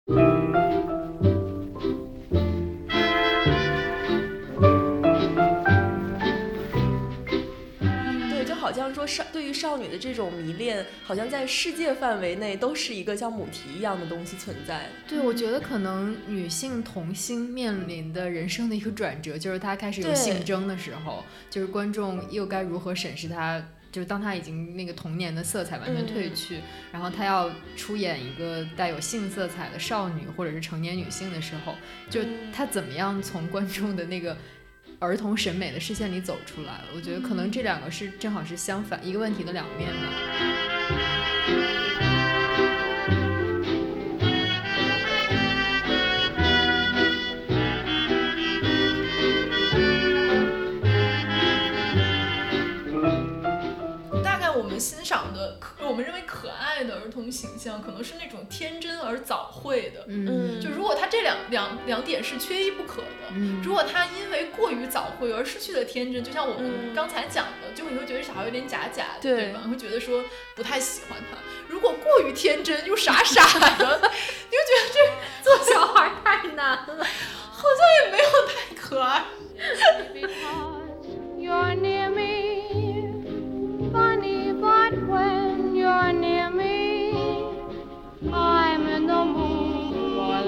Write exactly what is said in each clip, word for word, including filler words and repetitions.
好像说少对于少女的这种迷恋，好像在世界范围内都是一个像母题一样的东西存在。 对，我觉得可能女性童星面临的人生的一个转折，就是她开始有性征的时候，就是观众又该如何审视她，就是当她已经那个童年的色彩完全褪去、嗯、然后她要出演一个带有性色彩的少女或者是成年女性的时候，就她怎么样从观众的那个儿童审美的视线里走出来了。我觉得可能这两个是正好是相反一个问题的两面吧。 欣赏的我们认为可爱的儿童形象可能是那种天真而早慧的， 嗯， 就如果他这两两两点是缺一不可的、嗯、如果他因为过于早慧而失去了天真，就像我们刚才讲的、嗯、就你会觉得小孩有点假假的， 对, 对吧，会觉得说不太喜欢他。如果过于天真又傻傻的你会觉得这做小孩太难了， 好像也没有太可爱。 You're near me, funny, but when you're near me, I'm in the mood for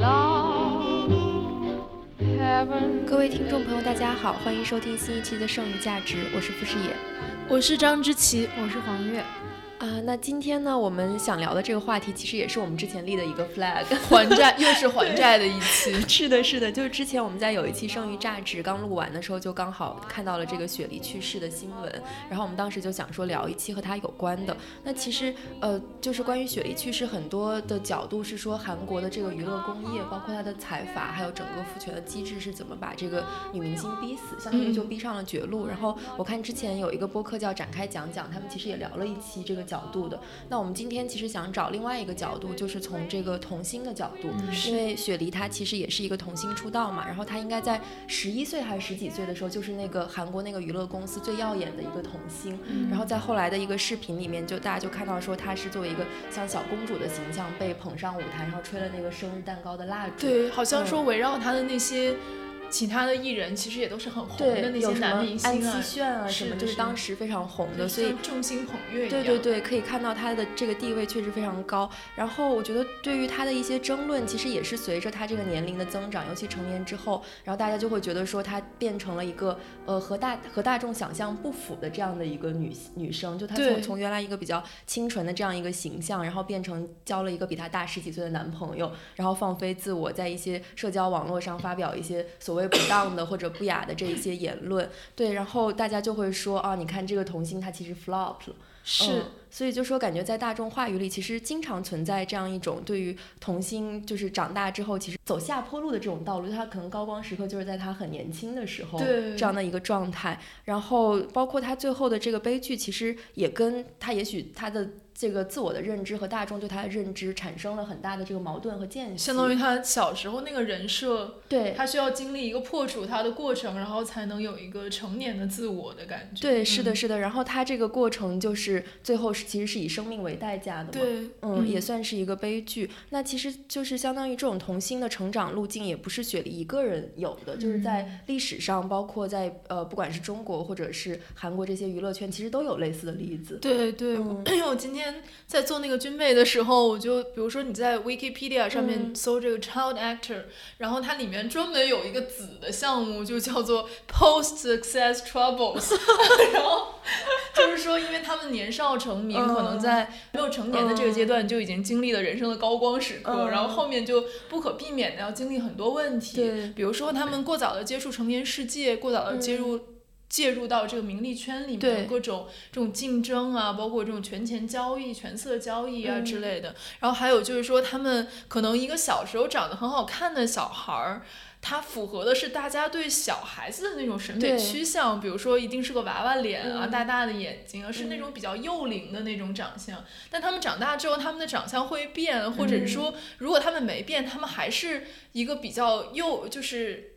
love, heaven. 各位听众朋友大家好，欢迎收听新一期的剩余价值，我是傅诗野， 我是张之琪， 我是黄月。 啊，那今天呢，我们想聊的这个话题，其实也是我们之前立的一个 flag， 还债，又是还债的一期。 是的，是的，就是之前我们在有一期剩余榨汁刚录完的时候，就刚好看到了这个雪梨去世的新闻，然后我们当时就想说聊一期和他有关的。那其实呃，就是关于雪梨去世，很多的角度是说韩国的这个娱乐工业，包括他的财阀，还有整个父权的机制是怎么把这个女明星逼死，相当于就逼上了绝路。嗯、然后我看之前有一个播客叫展开讲讲，他们其实也聊了一期这个角度的。那我们今天其实想找另外一个角度，就是从这个童星的角度、嗯、因为雪梨她其实也是一个童星出道嘛，然后她应该在十一岁还是十几岁的时候，就是那个韩国那个娱乐公司最耀眼的一个童星、嗯、然后在后来的一个视频里面，就大家就看到说她是作为一个像小公主的形象被捧上舞台，然后吹了那个生日蛋糕的蜡烛。 对，好像说围绕她的那些、嗯其他的艺人其实也都是很红的那些男明星啊， 安七炫啊什么，就是当时非常红的，所以众星捧月一样。 对对对，可以看到他的这个地位确实非常高。然后我觉得对于他的一些争论，其实也是随着他这个年龄的增长，尤其成年之后，然后大家就会觉得说他变成了一个呃和大和大众想象不符的这样的一个女女生，就她从从原来一个比较清纯的这样一个形象，然后变成交了一个比她大十几岁的男朋友，然后放飞自我，在一些社交网络上发表一些所谓不当的或者不雅的这一些言论，对，然后大家就会说啊，你看这个童星他其实 flop 了， 是、 嗯，所以就说感觉在大众话语里其实经常存在这样一种对于童星就是长大之后其实走下坡路的这种道路，他可能高光时刻就是在他很年轻的时候这样的一个状态，然后包括他最后的这个悲剧其实也跟他也许他的这个自我的认知和大众对他的认知产生了很大的这个矛盾和间隙， 相当于他小时候那个人设， 对， 他需要经历一个破除他的过程，然后才能有一个成年的自我的感觉。 对，是的是的、嗯、然后他这个过程就是最后是其实是以生命为代价的嘛， 对， 嗯，嗯也算是一个悲剧。那其实就是相当于这种童星的成长路径也不是雪梨一个人有的、嗯、就是在历史上包括在呃不管是中国或者是韩国这些娱乐圈其实都有类似的例子。 对对、嗯、因为我今天在做那个军备的时候，我就比如说你在 Wikipedia 上面搜这个 child actor、嗯、然后它里面专门有一个子的项目就叫做 post success troubles 然后就是说因为他们年少成名、嗯、可能在没有成年的这个阶段就已经经历了人生的高光时刻、嗯、然后后面就不可避免的要经历很多问题， 对， 比如说他们过早的接触成年世界，过早的接入、嗯介入到这个名利圈里面，各种这种竞争啊，包括这种权钱交易、权色交易啊之类的、嗯、然后还有就是说他们可能一个小时候长得很好看的小孩，他符合的是大家对小孩子的那种审美趋向，比如说一定是个娃娃脸啊、嗯、大大的眼睛啊，是那种比较幼龄的那种长相、嗯、但他们长大之后他们的长相会变，或者是说如果他们没变，他们还是一个比较幼就是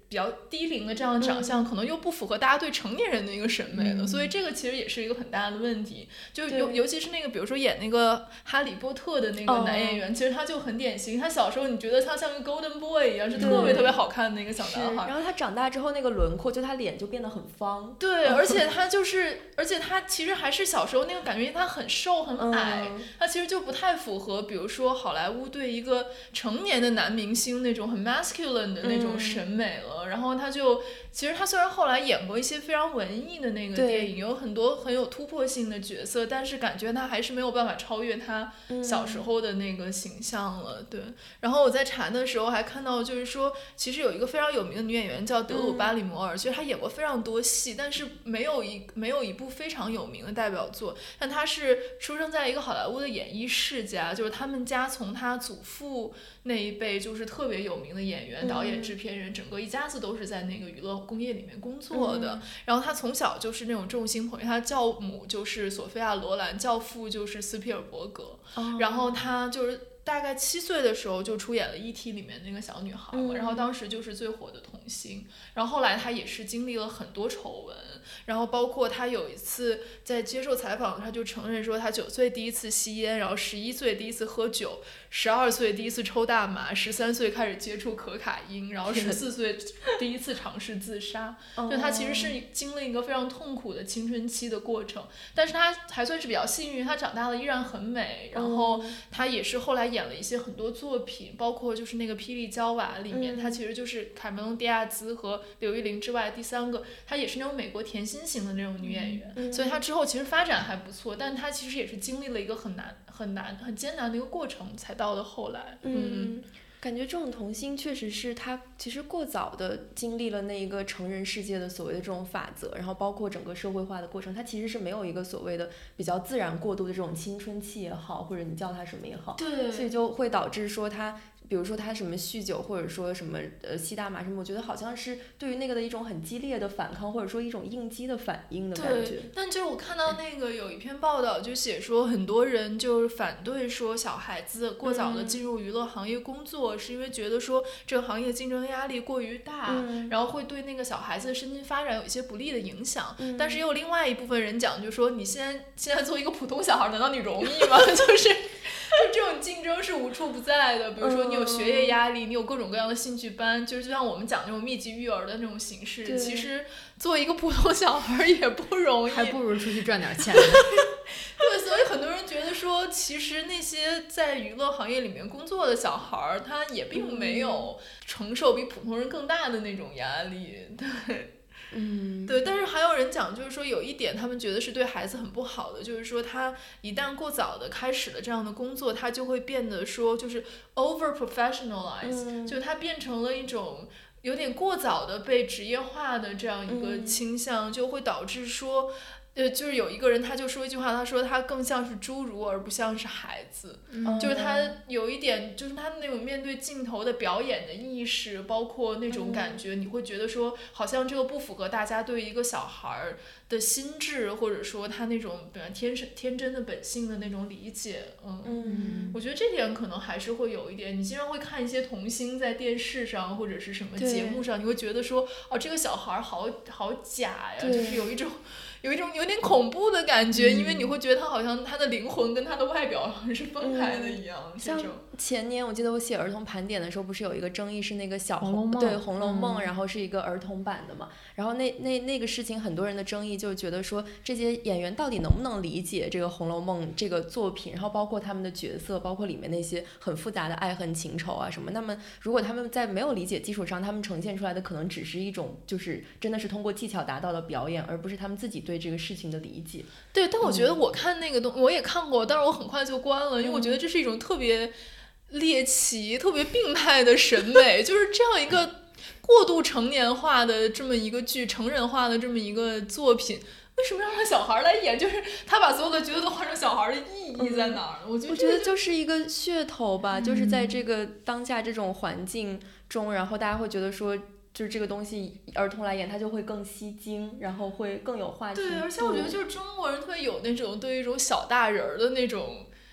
比较低龄的这样的长相、嗯、可能又不符合大家对成年人的一个审美的、嗯、所以这个其实也是一个很大的问题，就尤尤其是那个比如说演那个哈利波特的那个男演员、哦、其实他就很典型，他小时候你觉得他像个 golden boy 一样，是特别特别好看的那个小男孩， 然后他长大之后那个轮廓就他脸就变得很方， 对，而且他就是而且他其实还是小时候那个感觉，因为他很瘦很矮、嗯、他其实就不太符合比如说好莱坞对一个成年的男明星那种很 masculine 的那种审美了、嗯、然后他就其实他虽然后来演过一些非常文艺的那个电影，有很多很有突破性的角色，但是感觉他还是没有办法超越他小时候的那个形象了、嗯、对。然后我在查的时候还看到就是说其实有一个非常有名的女演员叫德鲁巴里摩尔、嗯、其实她演过非常多戏，但是没有一没有一部非常有名的代表作，但她是出生在一个好莱坞的演艺世家，就是他们家从她祖父那一辈就是特别有名的演员、导演、制片人，整个一家子都是在那个娱乐工业里面工作的、嗯、然后他从小就是那种众星捧月，他教母就是索菲亚罗兰，教父就是斯皮尔伯格、哦、然后他就是大概七岁的时候就出演了 E T 里面那个小女孩、嗯、然后当时就是最火的童星，然后后来他也是经历了很多丑闻，然后包括他有一次在接受采访他就承认说他九岁第一次吸烟，然后十一岁第一次喝酒，十二岁第一次抽大麻，十三岁开始接触可卡因，然后十四岁第一次尝试自杀就他其实是经历一个非常痛苦的青春期的过程，但是他还算是比较幸运，他长大了依然很美，然后他也是后来演了一些很多作品，包括就是那个霹雳娇娃里面、嗯、他其实就是凯梅隆迪亚兹和刘玉玲之外第三个，他也是那种美国甜心型的那种女演员、嗯、所以他之后其实发展还不错，但他其实也是经历了一个很难很难很艰难的一个过程才到了后来。 嗯，嗯感觉这种童星确实是他其实过早的经历了那一个成人世界的所谓的这种法则，然后包括整个社会化的过程，他其实是没有一个所谓的比较自然过渡的这种青春期也好，或者你叫他什么也好， 对， 所以就会导致说他比如说他什么酗酒或者说什么呃吸大麻什么，我觉得好像是对于那个的一种很激烈的反抗，或者说一种应激的反应的感觉。 对，但就是我看到那个有一篇报道就写说很多人就是反对说小孩子过早的进入娱乐行业工作、嗯、是因为觉得说这个行业竞争压力过于大、嗯、然后会对那个小孩子的身心发展有一些不利的影响、嗯、但是也有另外一部分人讲就是说你现在现在做一个普通小孩难道你容易吗就是就这种竞争是无处不在的，比如说你有学业压力、嗯、你有各种各样的兴趣班，就是就像我们讲这种密集育儿的那种形式，其实做一个普通小孩也不容易， 还不如出去赚点钱对，所以很多人觉得说其实那些在娱乐行业里面工作的小孩他也并没有承受比普通人更大的那种压力。对嗯， 对，但是还有人讲就是说有一点他们觉得是对孩子很不好的，就是说他一旦过早的开始了这样的工作，他就会变得说就是 over professionalize、嗯、就他变成了一种有点过早的被职业化的这样一个倾向、嗯、就会导致说呃，就是有一个人他就说一句话，他说他更像是侏儒而不像是孩子、嗯、就是他有一点就是他那种面对镜头的表演的意识，包括那种感觉、嗯、你会觉得说好像这个不符合大家对一个小孩的心智，或者说他那种比方天生天真的本性的那种理解。 嗯, 嗯我觉得这点可能还是会有一点，你经常会看一些童星在电视上或者是什么节目上，你会觉得说哦这个小孩好好假呀，就是有一种有一种有点恐怖的感觉、嗯、因为你会觉得他好像他的灵魂跟他的外表是分开的一样、嗯、这种。 像前年我记得我写儿童盘点的时候不是有一个争议是那个小红楼梦， 对红楼梦、嗯、然后是一个儿童版的嘛，然后那那那个事情很多人的争议就觉得说这些演员到底能不能理解这个红楼梦这个作品，然后包括他们的角色，包括里面那些很复杂的爱恨情仇啊什么，那么如果他们在没有理解基础上，他们呈现出来的可能只是一种就是真的是通过技巧达到的表演，而不是他们自己对这个事情的理解。 对，但我觉得我看那个东、嗯、我也看过，但是我很快就关了，因为我觉得这是一种特别猎奇特别病态的审美就是这样一个过度成年化的这么一个剧，成人化的这么一个作品，为什么让小孩来演？就是他把所有的角色都换成小孩的意义在哪儿、嗯、我觉得、 这个、我觉得就是一个噱头吧、嗯、就是在这个当下这种环境中，然后大家会觉得说就是这个东西儿童来演它就会更吸睛，然后会更有话题。 对，而且我觉得就是中国人特别有那种对于一种小大人的那种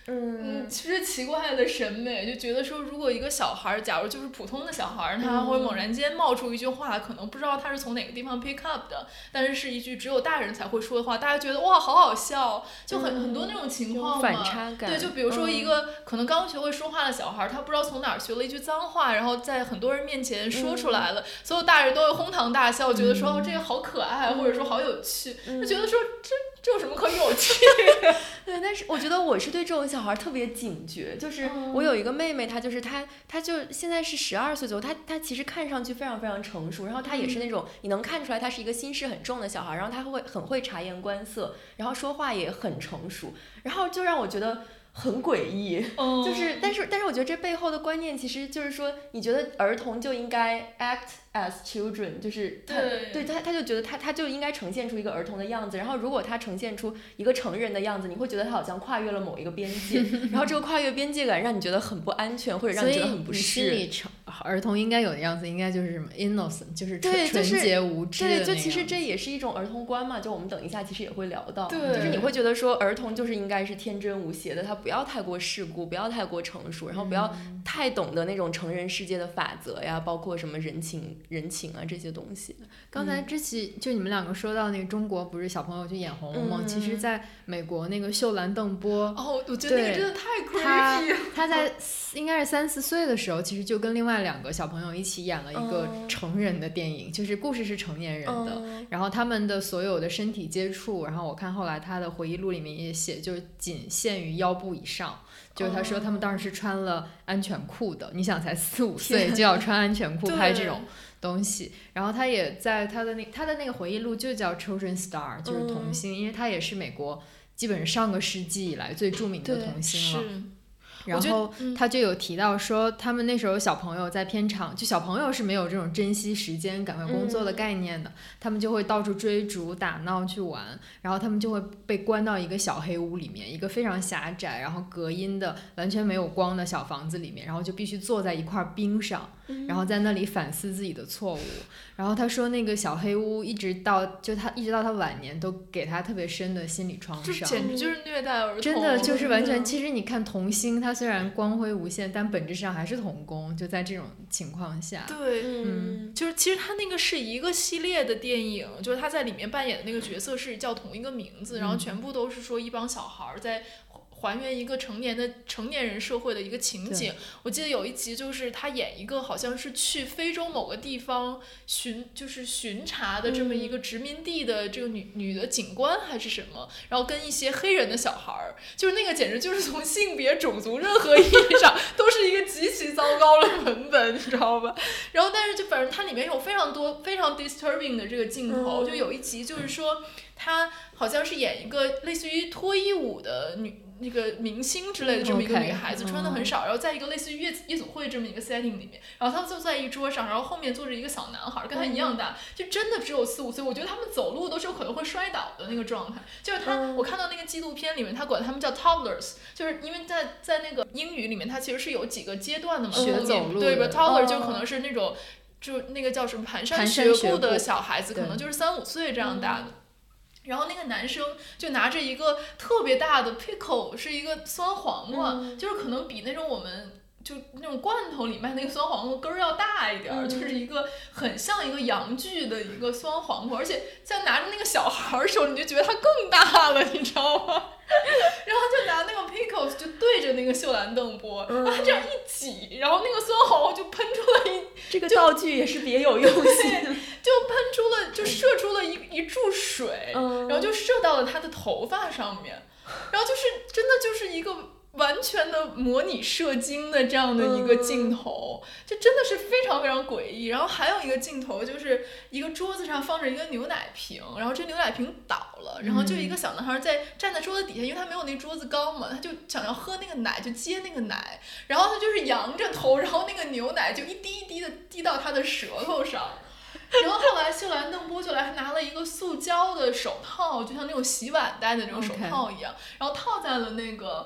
嗯，其实奇怪的审美，就觉得说，如果一个小孩，假如就是普通的小孩，他会猛然间冒出一句话，可能不知道他是从哪个地方 pick up 的，但是是一句只有大人才会说的话，大家觉得哇，好好笑，就很、嗯、很多那种情况嘛， 反差感。 对，就比如说一个、嗯、可能刚学会说话的小孩，他不知道从哪儿学了一句脏话，然后在很多人面前说出来了，嗯、所有大人都会哄堂大笑，觉得说、嗯、哦这个好可爱，或者说好有趣， 嗯、 就觉得说这。这有什么可有趣？ 对，但是我觉得我是对这种小孩特别警觉，就是我有一个妹妹，她就是她，她就现在是十二岁左右，她她其实看上去非常非常成熟，然后她也是那种、嗯、你能看出来她是一个心事很重的小孩，然后她会很会察言观色，然后说话也很成熟，然后就让我觉得很诡异， 嗯、 就是但是但是我觉得这背后的观念其实就是说，你觉得儿童就应该 act as children， 就是他对, 对他他就觉得他他就应该呈现出一个儿童的样子，然后如果他呈现出一个成人的样子，你会觉得他好像跨越了某一个边界，然后这个跨越边界感让你觉得很不安全，或者让你觉得很不适。 所以儿童应该有的样子应该就是什么 innocent， 就是纯对、就是、 纯洁无知的那对，就其实这也是一种儿童观嘛，就我们等一下其实也会聊到， 对， 就是你会觉得说儿童就是应该是天真无邪的，他不要太过世故，不要太过成熟，然后不要太懂得那种成人世界的法则呀，包括什么人情人情啊这些东西。 刚才之前就你们两个说到那个中国不是小朋友去演红楼梦、嗯、其实在美国那个秀兰邓波， 哦，我觉得那个真的太 creepy 了。 他他在应该是三四岁的时候，其实就跟另外两个小朋友一起演了一个成人的电影、嗯、就是故事是成年人的、嗯、然后他们的所有的身体接触，然后我看后来他的回忆录里面也写，就仅限于腰部以上，就是他说他们当时是穿了安全裤的、哦、你想才四五岁就要穿安全裤拍这种东西，然后他也在他的那他的那个回忆录就叫 Children Star， 就是童星、嗯、因为他也是美国基本上个世纪以来最著名的童星了。然后他就有提到说他们那时候小朋友在片场，就小朋友是没有这种珍惜时间赶快工作的概念的、嗯、他们就会到处追逐打闹去玩，然后他们就会被关到一个小黑屋里面，一个非常狭窄然后隔音的完全没有光的小房子里面，然后就必须坐在一块冰上，然后在那里反思自己的错误。然后他说那个小黑屋一直到就他一直到他晚年都给他特别深的心理创伤， 这简直就是虐待儿童， 真的就是完全。其实你看童星他虽然光辉无限，但本质上还是童工，就在这种情况下。 对，嗯，就是其实他那个是一个系列的电影，就是他在里面扮演的那个角色是叫同一个名字、嗯、然后全部都是说一帮小孩在还原一个成年的成年人社会的一个情景。我记得有一集就是他演一个好像是去非洲某个地方巡就是巡查的这么一个殖民地的这个女、嗯、女的警官还是什么，然后跟一些黑人的小孩，就是那个简直就是从性别种族任何意义上都是一个极其糟糕的文本你知道吧。然后但是就反正它里面有非常多非常 disturbing 的这个镜头、嗯、就有一集就是说他好像是演一个类似于脱衣舞的女那个明星之类的这么一个女孩子， okay, 穿的很少、嗯、然后在一个类似于夜夜总会这么一个 setting 里面，然后她就在一桌上，然后后面坐着一个小男孩跟她一样大、嗯、就真的只有四五岁，我觉得他们走路都是有可能会摔倒的那个状态。就是他、嗯、我看到那个纪录片里面他管他们叫 toddlers， 就是因为在在那个英语里面它其实是有几个阶段的嘛， 学走路对吧 toddler 就可能是那种、哦、就那个叫什么蹒跚学步的小孩子，可能就是三五岁这样大的。然后那个男生就拿着一个特别大的 pickle， 是一个酸黄瓜、嗯、就是可能比那种我们就那种罐头里卖那个酸黄瓜根儿要大一点、嗯、就是一个很像一个洋具的一个酸黄瓜，而且在拿着那个小孩的时候你就觉得他更大了你知道吗。然后就拿那个 pickles 就对着那个秀兰邓波、嗯、然后这样一挤，然后那个酸黄瓜就喷出了一这个道具也是别有用心就喷出了就射出了一一注水、嗯、然后就射到了他的头发上面，然后就是真的就是一个完全的模拟射精的这样的一个镜头、嗯、就真的是非常非常诡异。然后还有一个镜头就是一个桌子上放着一个牛奶瓶，然后这牛奶瓶倒了，然后就一个小男孩在站在桌子底下，因为他没有那桌子高嘛，他就想要喝那个奶，就接那个奶，然后他就是仰着头，然后那个牛奶就一滴一滴的滴到他的舌头上。然后后来秀兰邓波就来拿了一个塑胶的手套，就像那种洗碗袋的那种手套一样、okay. 然后套在了那个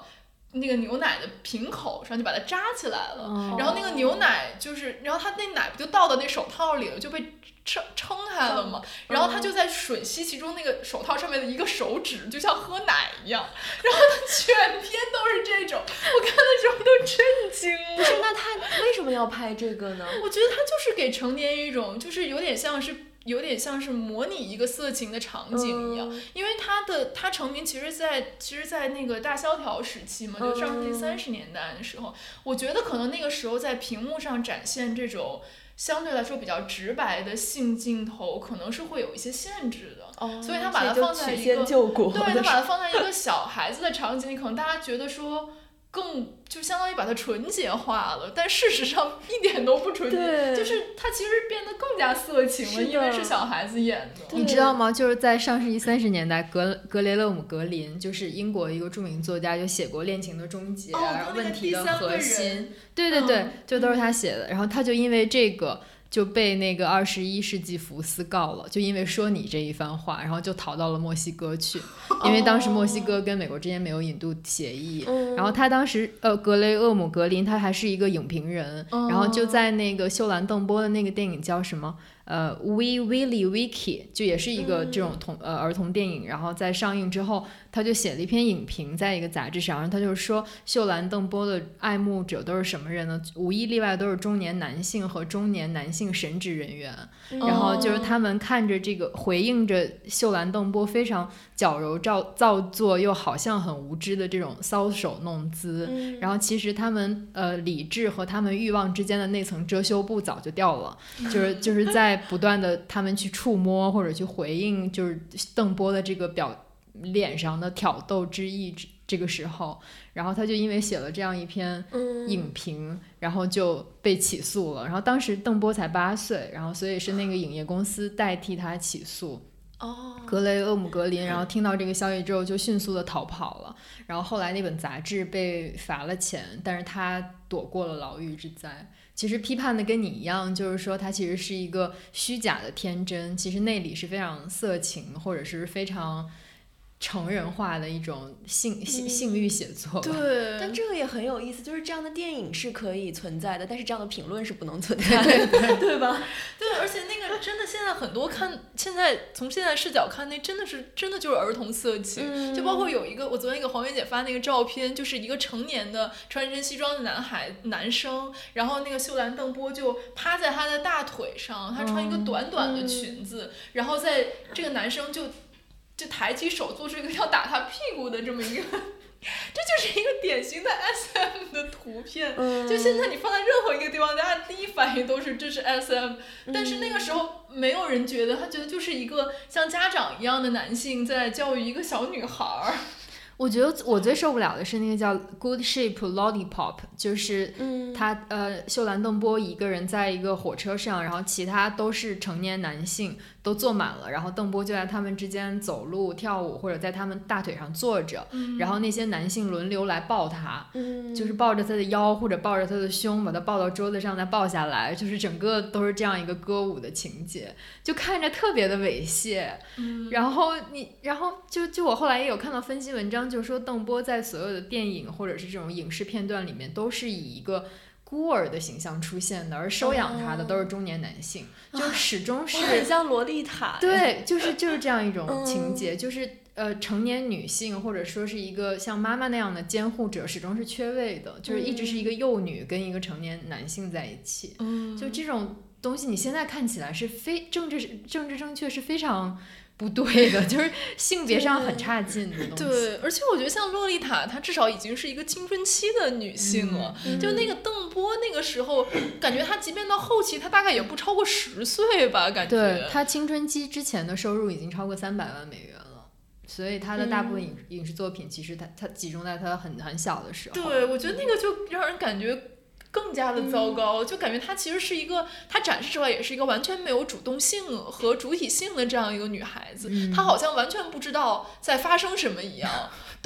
那个牛奶的瓶口上就把它扎起来了， 哦、 然后那个牛奶就是，然后它那奶不就倒到那手套里了，就被撑撑开了嘛， 嗯、 然后它就在吮吸其中那个手套上面的一个手指，就像喝奶一样，然后它全篇都是这种，我看的时候都震惊了。 不是，那他为什么要拍这个呢？ 我觉得他就是给成年一种，就是有点像是。有点像是模拟一个色情的场景一样， 嗯、 因为他的他成名其实在其实，在那个大萧条时期嘛，就上世纪三十年代的时候，嗯、我觉得可能那个时候在屏幕上展现这种相对来说比较直白的性镜头，可能是会有一些限制的， 哦、 所以他把它放在一个对，他把它放在一个小孩子的场景里，可能大家觉得说。更就相当于把它纯洁化了，但事实上一点都不纯洁，就是它其实变得更加色情了，因为是小孩子演的。 你知道吗？就是在上世纪三十年代，格格雷勒姆格林就是英国一个著名作家，就写过《恋情的终结》 哦， 问题的核心， 对对对，嗯、就都是他写的。然后他就因为这个。就被那个二十一世纪福斯告了，就因为说你这一番话，然后就逃到了墨西哥去，因为当时墨西哥跟美国之间没有引渡协议， 哦、 然后他当时呃格雷厄姆格林他还是一个影评人， 哦、 然后就在那个秀兰邓波的那个电影叫什么呃 Wee Willie Wicky， 就也是一个这种童、嗯、呃儿童电影，然后在上映之后他就写了一篇影评在一个杂志上，然后他就说秀兰邓波的爱慕者都是什么人呢？无一例外都是中年男性和中年男性神职人员， 嗯、 然后就是他们看着这个回应着秀兰邓波非常矫揉造造作又好像很无知的这种搔首弄姿、 嗯、 然后其实他们呃理智和他们欲望之间的那层遮羞布早就掉了，就是就是在不断的他们去触摸或者去回应就是邓波的这个表脸上的挑逗之意，这个时候然后他就因为写了这样一篇影评、嗯、然后就被起诉了，然后当时邓波才八岁，然后所以是那个影业公司代替他起诉哦， 格雷厄姆格林，然后听到这个消息之后就迅速的逃跑了，然后后来那本杂志被罚了钱，但是他躲过了牢狱之灾。其实批判的跟你一样，就是说它其实是一个虚假的天真，其实内里是非常色情或者是非常成人化的一种性性性欲写作、 嗯、对， 但这个也很有意思，就是这样的电影是可以存在的，但是这样的评论是不能存在的， 对对对吧？ 对，而且那个真的现在很多看，现在从现在视角看，那真的是真的就是儿童色情、 嗯、 就包括有一个我昨天给黄媛姐发那个照片，就是一个成年的穿身西装的男孩男生，然后那个秀兰邓波就趴在他的大腿上，他穿一个短短的裙子、嗯、然后在这个男生就就抬起手做出一个要打他屁股的这么一个这就是一个典型的 S M 的图片、嗯、就现在你放在任何一个地方大家第一反应都是这是 S M、嗯、但是那个时候没有人觉得，他觉得就是一个像家长一样的男性在教育一个小女孩。 我觉得我最受不了的是那个叫 Good Shape Lollipop， 就是他、嗯、呃秀兰邓波一个人在一个火车上，然后其他都是成年男性都坐满了，然后邓波就在他们之间走路跳舞或者在他们大腿上坐着、嗯、然后那些男性轮流来抱他、嗯、就是抱着他的腰或者抱着他的胸把他抱到桌子上再抱下来，就是整个都是这样一个歌舞的情节，就看着特别的猥亵、嗯、然后你然后就就我后来也有看到分析文章，就是说邓波在所有的电影或者是这种影视片段里面都是以一个孤儿的形象出现的，而收养他的都是中年男性、哦、就始终是很像洛丽塔， 对，就是就是这样一种情节、嗯、就是呃成年女性或者说是一个像妈妈那样的监护者始终是缺位的，就是一直是一个幼女跟一个成年男性在一起、嗯、就这种东西你现在看起来是非政治政治正确是非常不对的，就是性别上很差劲的东西。 对，而且我觉得像洛丽塔她至少已经是一个青春期的女性了、嗯、就那个邓波那个时候感觉她即便到后期她大概也不超过十岁吧，感觉对，她青春期之前的收入已经超过三百万美元了，所以她的大部分影、嗯、影视作品其实她她集中在她很很小的时候。 对，我觉得那个就让人感觉更加的糟糕、嗯、就感觉她其实是一个，她展示出来也是一个完全没有主动性和主体性的这样一个女孩子、嗯、她好像完全不知道在发生什么一样对，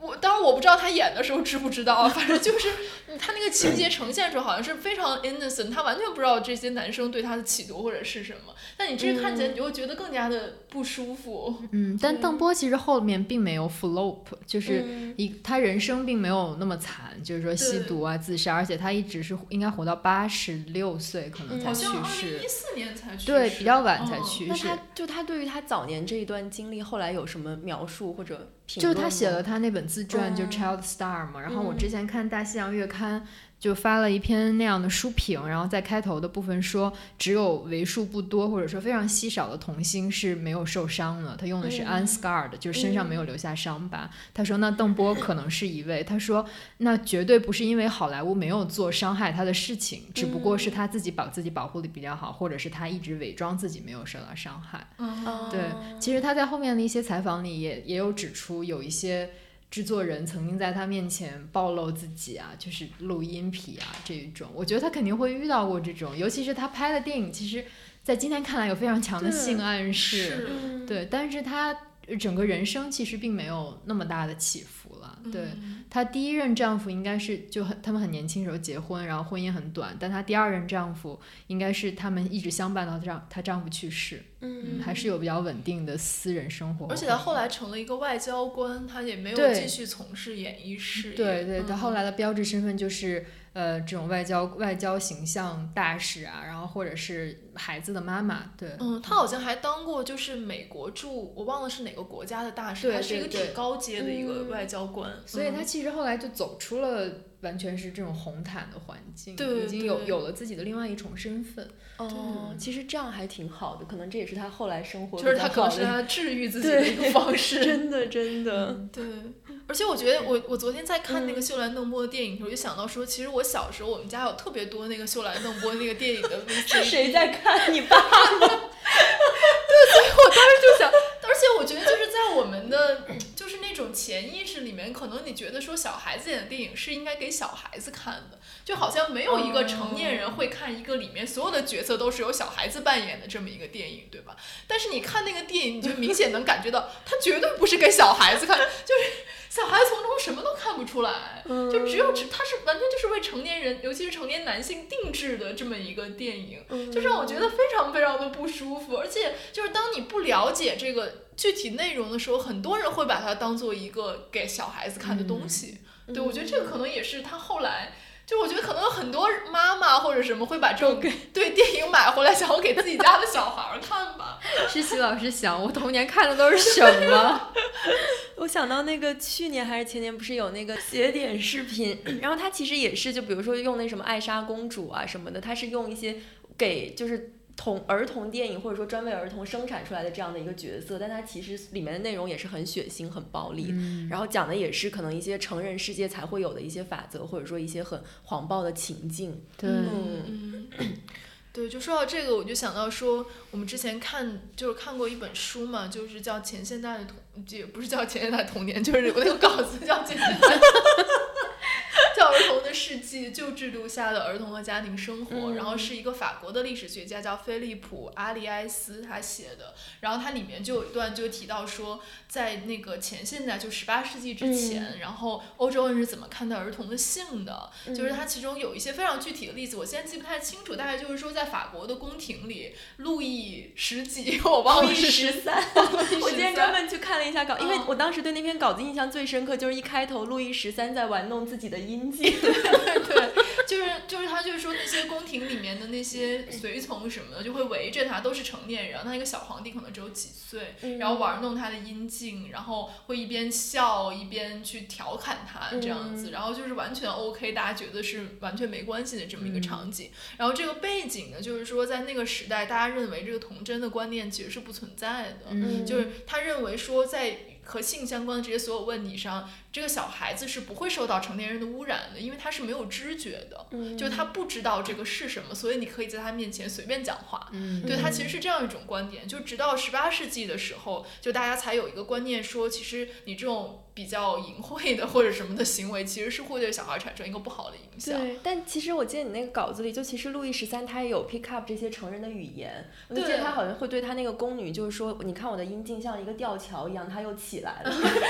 我当然我不知道他演的时候知不知道啊，反正就是他那个情节呈现出好像是非常 innocent， 他完全不知道这些男生对他的企图或者是什么，但你这看起来你就会觉得更加的不舒服。 嗯，但邓波其实后面并没有 flop， 就是一、嗯、他人生并没有那么惨，就是说吸毒啊自杀，而且他一直是应该活到八十六岁可能才去世， 好像二零一四年才去世， 对，比较晚才去世。 哦、那他就他对于他早年这一段经历后来有什么描述或者评论吗？ 就是他写了他那本自传、嗯、就 Child Star 嘛，然后我之前看大西洋月刊就发了一篇那样的书评，然后在开头的部分说只有为数不多或者说非常稀少的童星是没有受伤的，他用的是 unscarred、嗯、就是身上没有留下伤疤、嗯、他说那邓波可能是一位，他说那绝对不是因为好莱坞没有做伤害他的事情，只不过是他自己保自己保护的比较好，或者是他一直伪装自己没有受到伤害、 嗯、 对，其实他在后面的一些采访里也也有指出有一些制作人曾经在他面前暴露自己啊，就是录音癖啊这一种，我觉得他肯定会遇到过这种，尤其是他拍的电影其实在今天看来有非常强的性暗示， 对, 对，但是他整个人生其实并没有那么大的起伏了。对，她第一任丈夫应该是就很他们很年轻时候结婚，然后婚姻很短，但她第二任丈夫应该是他们一直相伴到她她丈夫去世，嗯，还是有比较稳定的私人生活。 而且她后来成了一个外交官，她也没有继续从事演艺事业。 对对，她后来的标志身份就是呃这种外交外交形象大使啊，然后或者是孩子的妈妈。对， 嗯，她好像还当过就是美国驻我忘了是哪个国家的大使，她是一个挺高阶的一个外交官。 嗯、所以他其实后来就走出了完全是这种红毯的环境， 对， 已经有有了自己的另外一重身份。 哦，其实这样还挺好的，可能这也是他后来生活就是他可能是他治愈自己的一个方式。 真的真的、 嗯、对。而且我觉得我我昨天在看那个秀兰邓波的电影的时候，我就想到说其实我小时候我们家有特别多那个秀兰邓波那个电影的 V C D。 谁在看？你爸吗？ 对，所以我当时就想，而且我觉得就是在我们的就是那种潜意识里面，可能你觉得说小孩子演的电影是应该给小孩子看的，就好像没有一个成年人会看一个里面所有的角色都是由小孩子扮演的这么一个电影，对吧？但是你看那个电影，你就明显能感觉到它绝对不是给小孩子看，就是小孩子从中什么都看不出来，就只有它是完全就是为成年人，尤其是成年男性定制的这么一个电影，就让我觉得非常非常的不舒服。而且就是当你不了解这个具体内容的时候，很多人会把它当做一个给小孩子看的东西。嗯、对，我觉得这个可能也是他后来。就我觉得可能有很多妈妈或者什么会把这种对电影买回来想要给自己家的小孩看吧。 诗琪老师想我童年看的都是什么？ 我想到那个去年还是前年不是有那个邪典视频，然后他其实也是就比如说用那什么艾莎公主啊什么的，他是用一些给就是童儿童电影或者说专为儿童生产出来的这样的一个角色，但它其实里面的内容也是很血腥很暴力、嗯、然后讲的也是可能一些成人世界才会有的一些法则，或者说一些很黄暴的情境。 对， 嗯嗯对，就说到这个我就想到说我们之前看就是看过一本书嘛，就是叫前现代的童，也不是叫前现代童年，就是我那个稿子叫前现代叫儿童的世纪，旧制度下的儿童和家庭生活、嗯、然后是一个法国的历史学家叫菲利普阿里埃斯他写的，然后它里面就有一段就提到说在那个前现代就十八世纪之前、嗯、然后欧洲人是怎么看待儿童的性的、嗯、就是它其中有一些非常具体的例子，我现在记不太清楚，大概就是说在法国的宫廷里，路易十几我忘了是十三我今天专门去看了一下稿、嗯、因为我当时对那篇稿子印象最深刻，就是一开头路易十三在玩弄自己的阴茎。 对对对，就是就是他就是说那些宫廷里面的那些随从什么的就会围着他，都是成年人，他一个小皇帝可能只有几岁、嗯、然后玩弄他的阴茎，然后会一边笑一边去调侃他这样子、嗯、然后就是完全 OK， 大家觉得是完全没关系的这么一个场景、嗯、然后这个背景呢就是说在那个时代大家认为这个童真的观念其实是不存在的、嗯、就是他认为说在和性相关的这些所有问题上，这个小孩子是不会受到成年人的污染的，因为他是没有知觉的、嗯、就是他不知道这个是什么，所以你可以在他面前随便讲话、嗯、对，他其实是这样一种观点，就直到十八世纪的时候，就大家才有一个观念说其实你这种比较淫秽的或者什么的行为其实是会对小孩产生一个不好的影响。 对，但其实我记得你那个稿子里就其实路易十三他也有 pick up 这些成人的语言，我就记得他好像会对他那个宫女就是说你看我的阴茎像一个吊桥一样它又起来了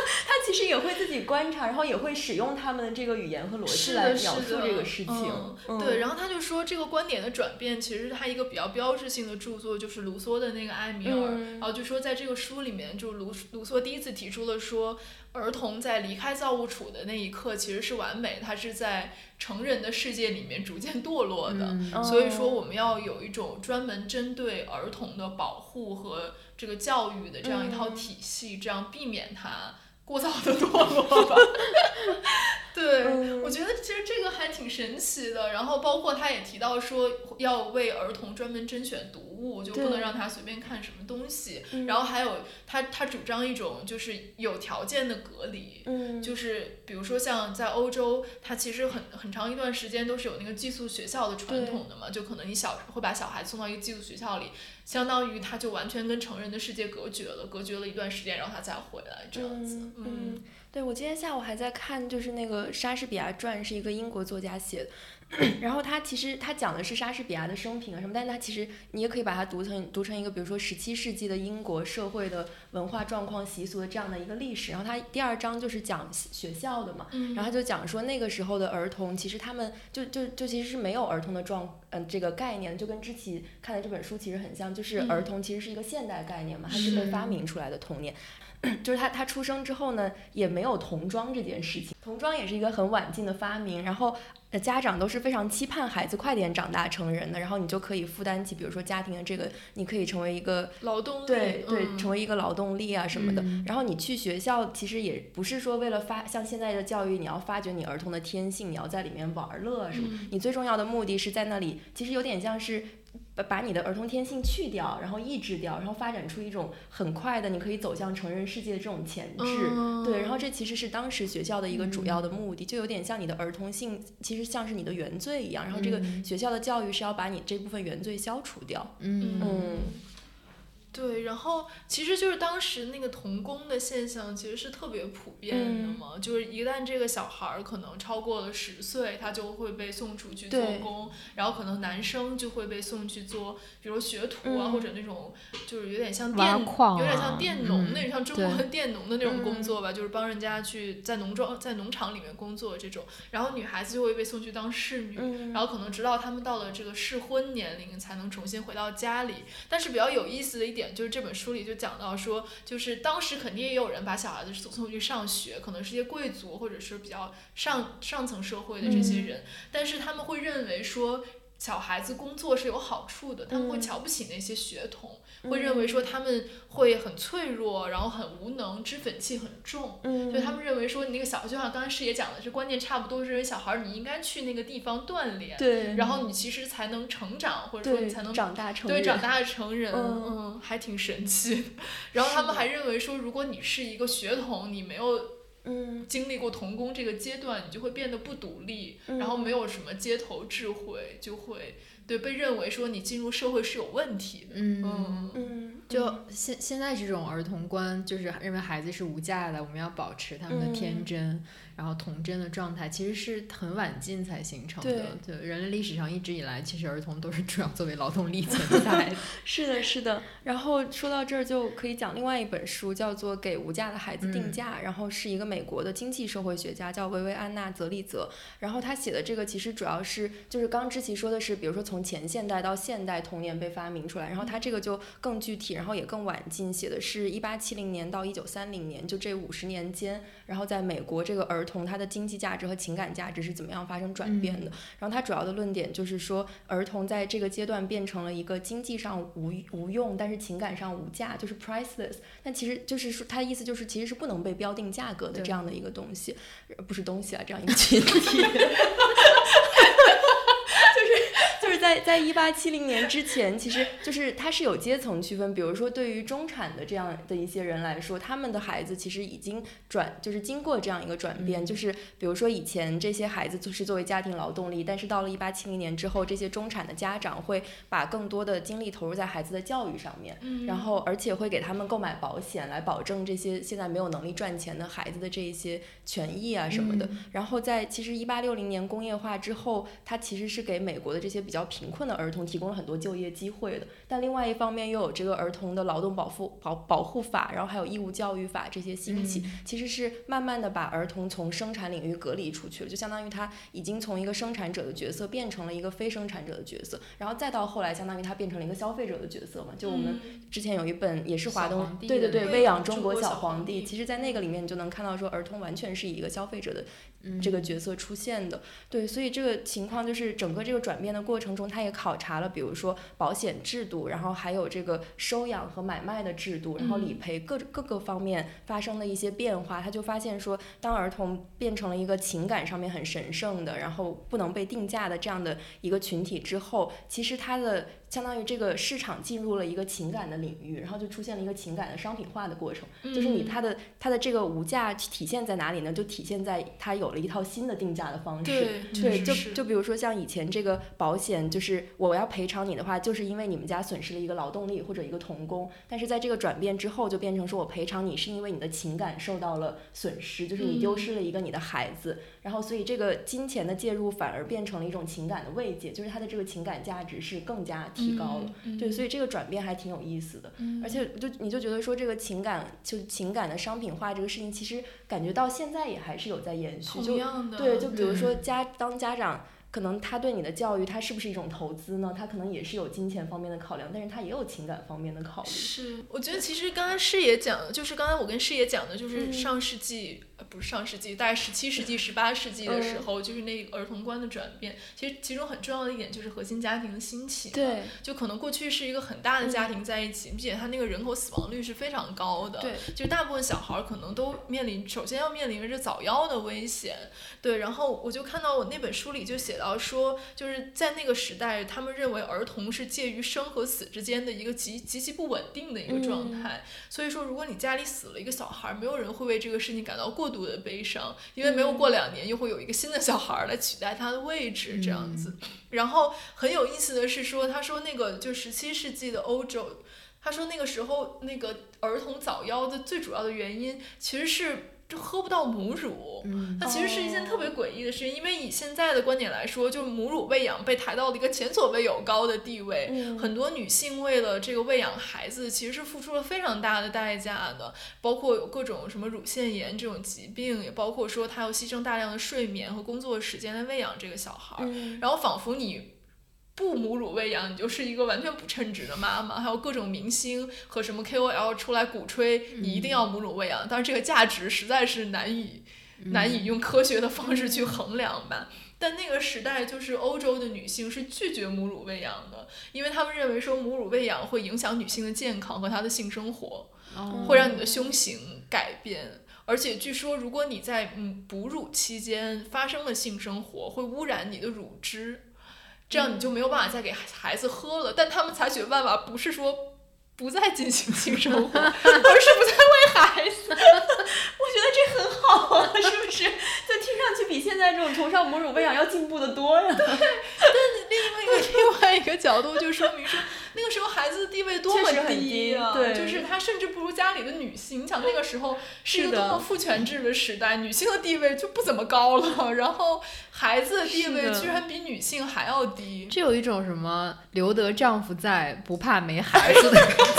他其实也会自己观察，然后也会使用他们的这个语言和逻辑来描述这个事情。 嗯嗯、 对，然后他就说这个观点的转变其实是他一个比较标志性的著作，就是卢梭的那个《艾米尔》嗯，然后就说在这个书里面，就卢卢梭第一次提出了说，儿童在离开造物主的那一刻其实是完美，他是在成人的世界里面逐渐堕落的、嗯、所以说我们要有一种专门针对儿童的保护和这个教育的这样一套体系、嗯、这样避免他过早的堕落吧对、嗯、我觉得其实这个还挺神奇的。然后包括他也提到说要为儿童专门甄选读物，就不能让他随便看什么东西、嗯、然后还有他他主张一种就是有条件的隔离、嗯、就是比如说像在欧洲，他其实很很长一段时间都是有那个寄宿学校的传统的嘛，就可能你小会把小孩送到一个寄宿学校里，相当于他就完全跟成人的世界隔绝了隔绝了一段时间，然后他再回来这样子。 嗯, 嗯对，我今天下午还在看，就是那个莎士比亚传是一个英国作家写的然后他其实他讲的是莎士比亚的生平啊什么，但是他其实你也可以把它读成读成一个比如说十七世纪的英国社会的文化状况习俗的这样的一个历史。然后他第二章就是讲学校的嘛，然后他就讲说那个时候的儿童其实他们就就就其实是没有儿童的状嗯这个概念，就跟之前看的这本书其实很像，就是儿童其实是一个现代概念嘛，它是被发明出来的童年。就是他他出生之后呢也没有童装这件事情，童装也是一个很晚近的发明，然后家长都是非常期盼孩子快点长大成人的，然后你就可以负担起比如说家庭的这个，你可以成为一个劳动力， 对对、 嗯、 成为一个劳动力啊什么的、 嗯、 然后你去学校其实也不是说为了发像现在的教育你要发掘你儿童的天性，你要在里面玩乐什么、嗯、你最重要的目的是在那里其实有点像是把你的儿童天性去掉，然后抑制掉，然后发展出一种很快的你可以走向成人世界的这种潜质、嗯、对，然后这其实是当时学校的一个主要的目的、嗯、就有点像你的儿童性其实像是你的原罪一样，然后这个学校的教育是要把你这部分原罪消除掉。 嗯嗯对，然后其实就是当时那个童工的现象其实是特别普遍的嘛、嗯、就是一旦这个小孩可能超过了十岁他就会被送出去做工，然后可能男生就会被送去做比如学徒啊、嗯、或者那种就是有点像电、 啊、 有点像电农、嗯、那种像中国的电农的那种工作吧、 嗯、 就是帮人家去在农庄在农场里面工作这种，然后女孩子就会被送去当侍女、嗯、然后可能直到他们到了这个适婚年龄才能重新回到家里。但是比较有意思的一点就是这本书里就讲到说，就是当时肯定也有人把小孩子送去上学，可能是一些贵族或者是比较上上层社会的这些人、嗯、但是他们会认为说小孩子工作是有好处的，他们会瞧不起那些学童、嗯、会认为说他们会很脆弱，然后很无能，脂粉气很重，嗯，所以他们认为说你那个小就像刚才师爷讲的这观念差不多，认为小孩你应该去那个地方锻炼， 对， 然后你其实才能成长，或者说你才能长大成人， 对，长大成人，嗯, 嗯还挺神奇。然后他们还认为说如果你是一个学童，你没有嗯，经历过童工这个阶段，你就会变得不独立、嗯、然后没有什么街头智慧，就会对被认为说你进入社会是有问题的。 嗯嗯嗯，就现现在这种儿童观，就是认为孩子是无价的，我们要保持他们的天真、嗯、然后童真的状态，其实是很晚近才形成的。对，对，人类历史上一直以来，其实儿童都是主要作为劳动力存在的。 是的，是的。然后说到这儿就可以讲另外一本书，叫做《给无价的孩子定价》，嗯、然后是一个美国的经济社会学家叫维维安娜·泽利泽，然后他写的这个其实主要是就是刚之前说的是，比如说从前现代到现代童年被发明出来，然后他这个就更具体，然后也更晚近，写的是一八七零年到一九三零年，就这五十年间，然后在美国这个儿童他的经济价值和情感价值是怎么样发生转变的。嗯、然后他主要的论点就是说，儿童在这个阶段变成了一个经济上无无用，但是情感上无价，就是 priceless。但其实就是说，他的意思就是其实是不能被标定价格的这样的一个东西，不是东西啊，这样一个群体。就是在在一八七零年之前，其实就是它是有阶层区分。比如说，对于中产的这样的一些人来说，他们的孩子其实已经转，就是经过这样一个转变。嗯、就是比如说，以前这些孩子就是作为家庭劳动力，但是到了一八七零年之后，这些中产的家长会把更多的精力投入在孩子的教育上面，嗯、然后而且会给他们购买保险来保证这些现在没有能力赚钱的孩子的这一些权益啊什么的。嗯、然后在其实一八六零年工业化之后，它其实是给美国的这些比较贫困的儿童提供了很多就业机会的。但另外一方面又有这个儿童的劳动保护保保护法，然后还有义务教育法这些兴起， 嗯、 其实是慢慢的把儿童从生产领域隔离出去了，就相当于他已经从一个生产者的角色变成了一个非生产者的角色，然后再到后来相当于他变成了一个消费者的角色嘛。就我们之前有一本也是华东，对对对，喂养中国小皇帝，其实在那个里面你就能看到说儿童完全是以一个消费者的这个角色出现的。对，所以这个情况就是整个这个转变的过程中，他也考察了比如说保险制度，然后还有这个收养和买卖的制度，然后理赔各各个方面发生的一些变化。他就发现说，当儿童变成了一个情感上面很神圣的，然后不能被定价的这样的一个群体之后，其实他的相当于这个市场进入了一个情感的领域，然后就出现了一个情感的商品化的过程。嗯、就是你它的它的这个无价体现在哪里呢？就体现在它有了一套新的定价的方式。 对， 对，就就比如说像以前这个保险，就是我要赔偿你的话，就是因为你们家损失了一个劳动力或者一个童工，但是在这个转变之后，就变成说我赔偿你是因为你的情感受到了损失，就是你丢失了一个你的孩子，嗯、然后所以这个金钱的介入反而变成了一种情感的慰藉，就是它的这个情感价值是更加提高了。嗯、对，所以这个转变还挺有意思的。嗯、而且就你就觉得说这个情感就情感的商品化这个事情，其实感觉到现在也还是有在延续。 同样的， 就对，就比如说家当家长。可能他对你的教育，他是不是一种投资呢？他可能也是有金钱方面的考量，但是他也有情感方面的考虑。 是，我觉得其实刚才师爷讲的，就是刚才我跟师爷讲的，就是上世纪、嗯、呃不是上世纪，大概十七世纪、十八世纪的时候，嗯、就是那个儿童观的转变。其实其中很重要的一点就是核心家庭的兴起。 对， 就可能过去是一个很大的家庭在一起，并且他那个人口死亡率是非常高的。 对， 就大部分小孩可能都面临，首先要面临着早夭的危险。对，然后我就看到我那本书里就写到说。就是在那个时代，他们认为儿童是介于生和死之间的一个极极其不稳定的一个状态。嗯、所以说，如果你家里死了一个小孩，没有人会为这个事情感到过度的悲伤，因为没有过两年，又会有一个新的小孩来取代他的位置，这样子。嗯、然后很有意思的是说，他说那个就十七世纪的欧洲，他说那个时候那个儿童早夭的最主要的原因其实是。就喝不到母乳，那其实是一件特别诡异的事情，因为以现在的观点来说，就母乳喂养被抬到了一个前所未有高的地位，嗯、很多女性为了这个喂养孩子，其实是付出了非常大的代价的，包括有各种什么乳腺炎这种疾病，也包括说她要牺牲大量的睡眠和工作时间来喂养这个小孩，嗯、然后仿佛你。不母乳喂养，你就是一个完全不称职的妈妈。还有各种明星和什么 K O L 出来鼓吹你一定要母乳喂养，但是这个价值实在是难以、嗯、难以用科学的方式去衡量吧。但那个时代就是欧洲的女性是拒绝母乳喂养的，因为他们认为说母乳喂养会影响女性的健康和她的性生活，哦、会让你的胸型改变。而且据说如果你在嗯哺乳期间发生了性生活，会污染你的乳汁。这样你就没有办法再给孩子喝了，但他们采取的办法不是说不再进行性生活，而是不再喂孩子。我觉得这很好啊，是不是？ 就听上去比现在这种崇尚母乳喂养要进步的多呀。 对，但另外一个另外一个角度就说明说，那个时候孩子的地位多么低啊！ 对， 就是他甚至不如家里的女性。你想那个时候是一个多么父权制的时代，女性的地位就不怎么高了，然后孩子的地位居然比女性还要低。 这有一种什么留得丈夫在，不怕没孩子的感觉。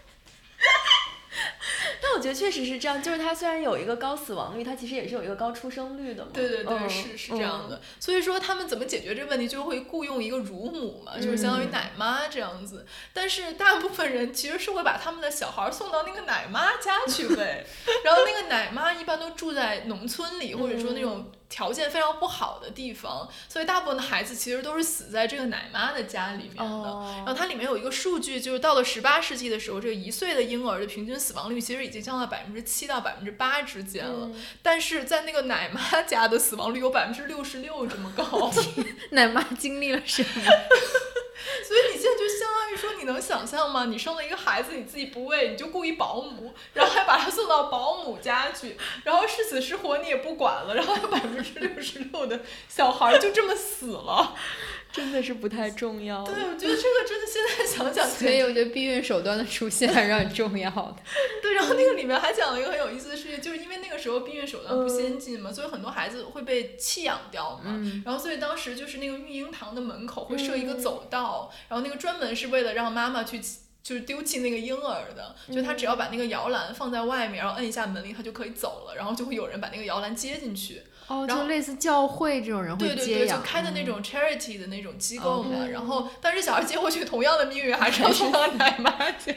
但我觉得确实是这样，就是它虽然有一个高死亡率，它其实也是有一个高出生率的嘛。 对对对， 嗯、 是是这样的。嗯、所以说他们怎么解决这个问题，就会雇佣一个乳母嘛，就是相当于奶妈这样子。嗯、但是大部分人其实是会把他们的小孩送到那个奶妈家去喂，然后那个奶妈一般都住在农村里，或者说那种条件非常不好的地方，所以大部分的孩子其实都是死在这个奶妈的家里面的。哦、然后它里面有一个数据，就是到了十八世纪的时候，这个一岁的婴儿的平均死亡率其实已经降到百分之七到百分之八之间了，嗯、但是在那个奶妈家的死亡率有百分之六十六这么高。 奶妈经历了什么？ 所以你现在就相当于说，你能想象吗？你生了一个孩子，你自己不喂，你就雇一保姆，然后还把他送到保姆家去，然后是死是活你也不管了，然后有百分之六十六的小孩就这么死了。 真的是不太重要。 对，我觉得这个真的现在想想， 所以我觉得避孕手段的出现还是很重要的。 对，然然后那个里面还讲了一个很有意思的事情，就是因为那个时候避孕手段不先进嘛，嗯、所以很多孩子会被弃养掉嘛。嗯、然后所以当时就是那个育婴堂的门口会设一个走道，嗯、然后那个专门是为了让妈妈去就是丢弃那个婴儿的，就他只要把那个摇篮放在外面，然后摁一下门铃，他就可以走了，然后就会有人把那个摇篮接进去。 哦，就类似教会这种人会接养， 对对对，就开的那种 charity 的那种机构嘛。嗯、然后，但是小孩接回去，同样的命运还是要送到奶妈家。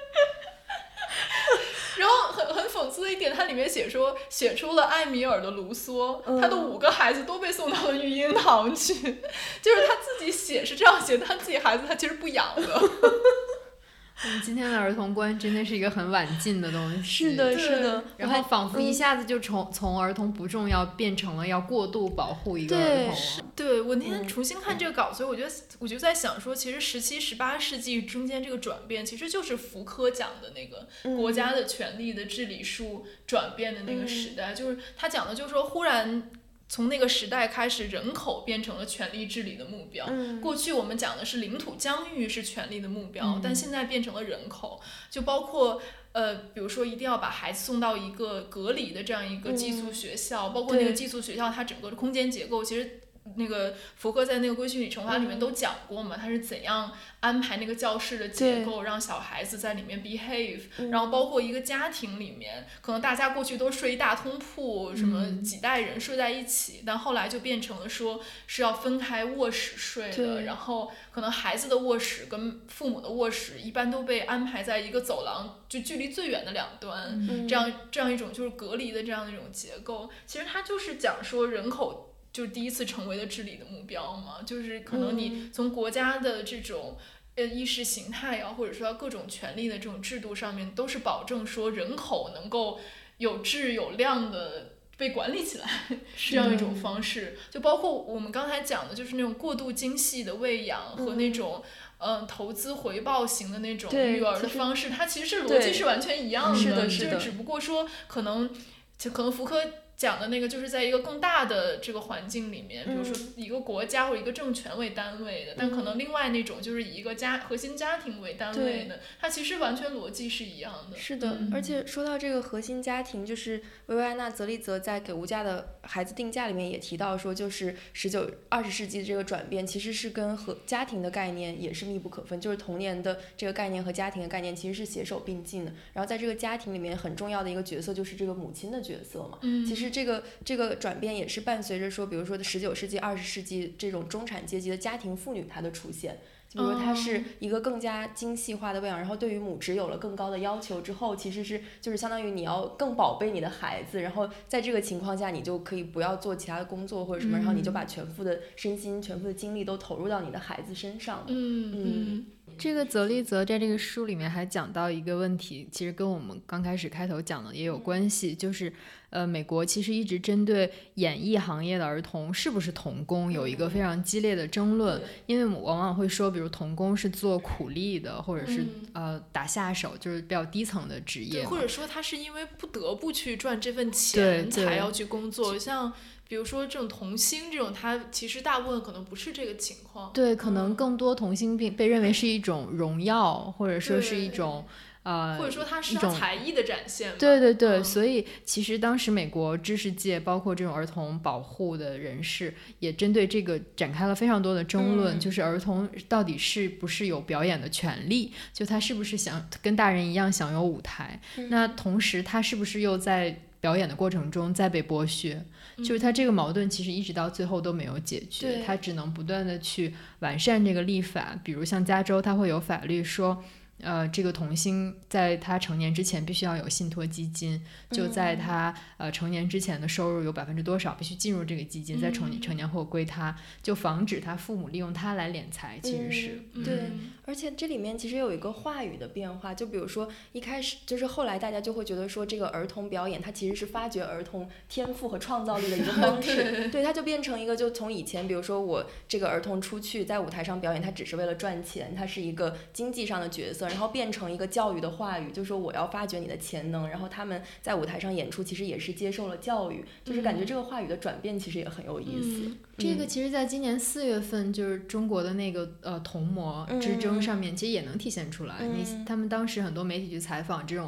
然后很很讽刺的一点，它里面写说，写出了艾米尔的卢梭，嗯、他的五个孩子都被送到了育婴堂去，就是他自己写是这样写，但自己孩子他其实不养的。 嗯，今天的儿童观真的是一个很晚近的东西。 是的，是的。 然后仿佛一下子就从、嗯、从儿童不重要变成了要过度保护一个儿童。 对，对我那天重新看这个稿，所以我觉得我就在想说，其实十七、十八世纪中间这个转变，其实就是福柯讲的那个国家的权力的治理术转变的那个时代，嗯、就是他讲的，就是说忽然。从那个时代开始，人口变成了权力治理的目标。嗯、过去我们讲的是领土疆域是权力的目标，嗯、但现在变成了人口，就包括呃，比如说一定要把孩子送到一个隔离的这样一个寄宿学校，嗯、包括那个寄宿学校它整个的空间结构，其实那个福柯在那个《规训与惩罚》里面都讲过嘛，他是怎样安排那个教室的结构，让小孩子在里面 behave，嗯、然后包括一个家庭里面，可能大家过去都睡一大通铺，什么几代人睡在一起，嗯、但后来就变成了说是要分开卧室睡的，然后可能孩子的卧室跟父母的卧室一般都被安排在一个走廊就距离最远的两端，嗯、这样这样一种就是隔离的这样的一种结构，其实它就是讲说人口。就是第一次成为了治理的目标嘛，就是可能你从国家的这种呃意识形态啊，或者说各种权力的这种制度上面，都是保证说人口能够有质有量的被管理起来这样一种方式。就包括我们刚才讲的，就是那种过度精细的喂养和那种嗯、呃、投资回报型的那种育儿的方式，它其实是逻辑是完全一样的， 是的，是的， 就是只不过说可能就可能福柯。讲的那个就是在一个更大的这个环境里面，比如说以一个国家或者一个政权为单位的，嗯、但可能另外那种就是以一个家核心家庭为单位的，它其实完全逻辑是一样的。 是的，嗯、而且说到这个核心家庭，就是维维安娜·泽利泽在给无家的孩子定价里面也提到说，就是十九、二十世纪的这个转变其实是跟和家庭的概念也是密不可分，就是童年的这个概念和家庭的概念其实是携手并进的。然后在这个家庭里面很重要的一个角色就是这个母亲的角色嘛，嗯、其实这个这个转变也是伴随着说，比如说十九世纪、二十世纪这种中产阶级的家庭妇女她的出现。就比如说它是一个更加精细化的喂养，然后对于母职有了更高的要求之后，其实是就是相当于你要更宝贝你的孩子，然后在这个情况下你就可以不要做其他的工作或者什么，嗯、然后你就把全副的身心、全副的精力都投入到你的孩子身上。 嗯嗯。 这个泽利泽在这个书里面还讲到一个问题，其实跟我们刚开始开头讲的也有关系，就是呃，美国其实一直针对演艺行业的儿童是不是童工有一个非常激烈的争论，因为往往会说比如童工是做苦力的，或者是、嗯、呃打下手，就是比较低层的职业， 或者说他是因为不得不去赚这份钱才要去工作，像比如说这种童星这种，他其实大部分可能不是这个情况。 对，可能更多童星被被认为是一种荣耀，或者说是一种呃， 或者说它是他才艺的展现。 对对对、嗯，所以其实当时美国知识界，包括这种儿童保护的人士，也针对这个展开了非常多的争论，嗯、就是儿童到底是不是有表演的权利，就他是不是想跟大人一样享有舞台，嗯、那同时他是不是又在表演的过程中在被剥削，就是他这个矛盾其实一直到最后都没有解决，他只能不断的去完善这个立法，比如像加州他会有法律说呃，这个童星在他成年之前必须要有信托基金，就在他、嗯、呃成年之前的收入有百分之多少必须进入这个基金，在成年成年后归他，就防止他父母利用他来敛财，其实是、 嗯、对、嗯，而且这里面其实有一个话语的变化，就比如说一开始就是后来大家就会觉得说这个儿童表演它其实是发掘儿童天赋和创造力的一个方式对, 对，它就变成一个就从以前比如说我这个儿童出去在舞台上表演，它只是为了赚钱，它是一个经济上的角色，然后变成一个教育的话语，就是说我要发掘你的潜能，然后他们在舞台上演出其实也是接受了教育，就是感觉这个话语的转变其实也很有意思、 嗯、这个其实在今年四月份就是中国的那个呃童模之争上面其实也能体现出来、嗯、你他们当时很多媒体去采访这种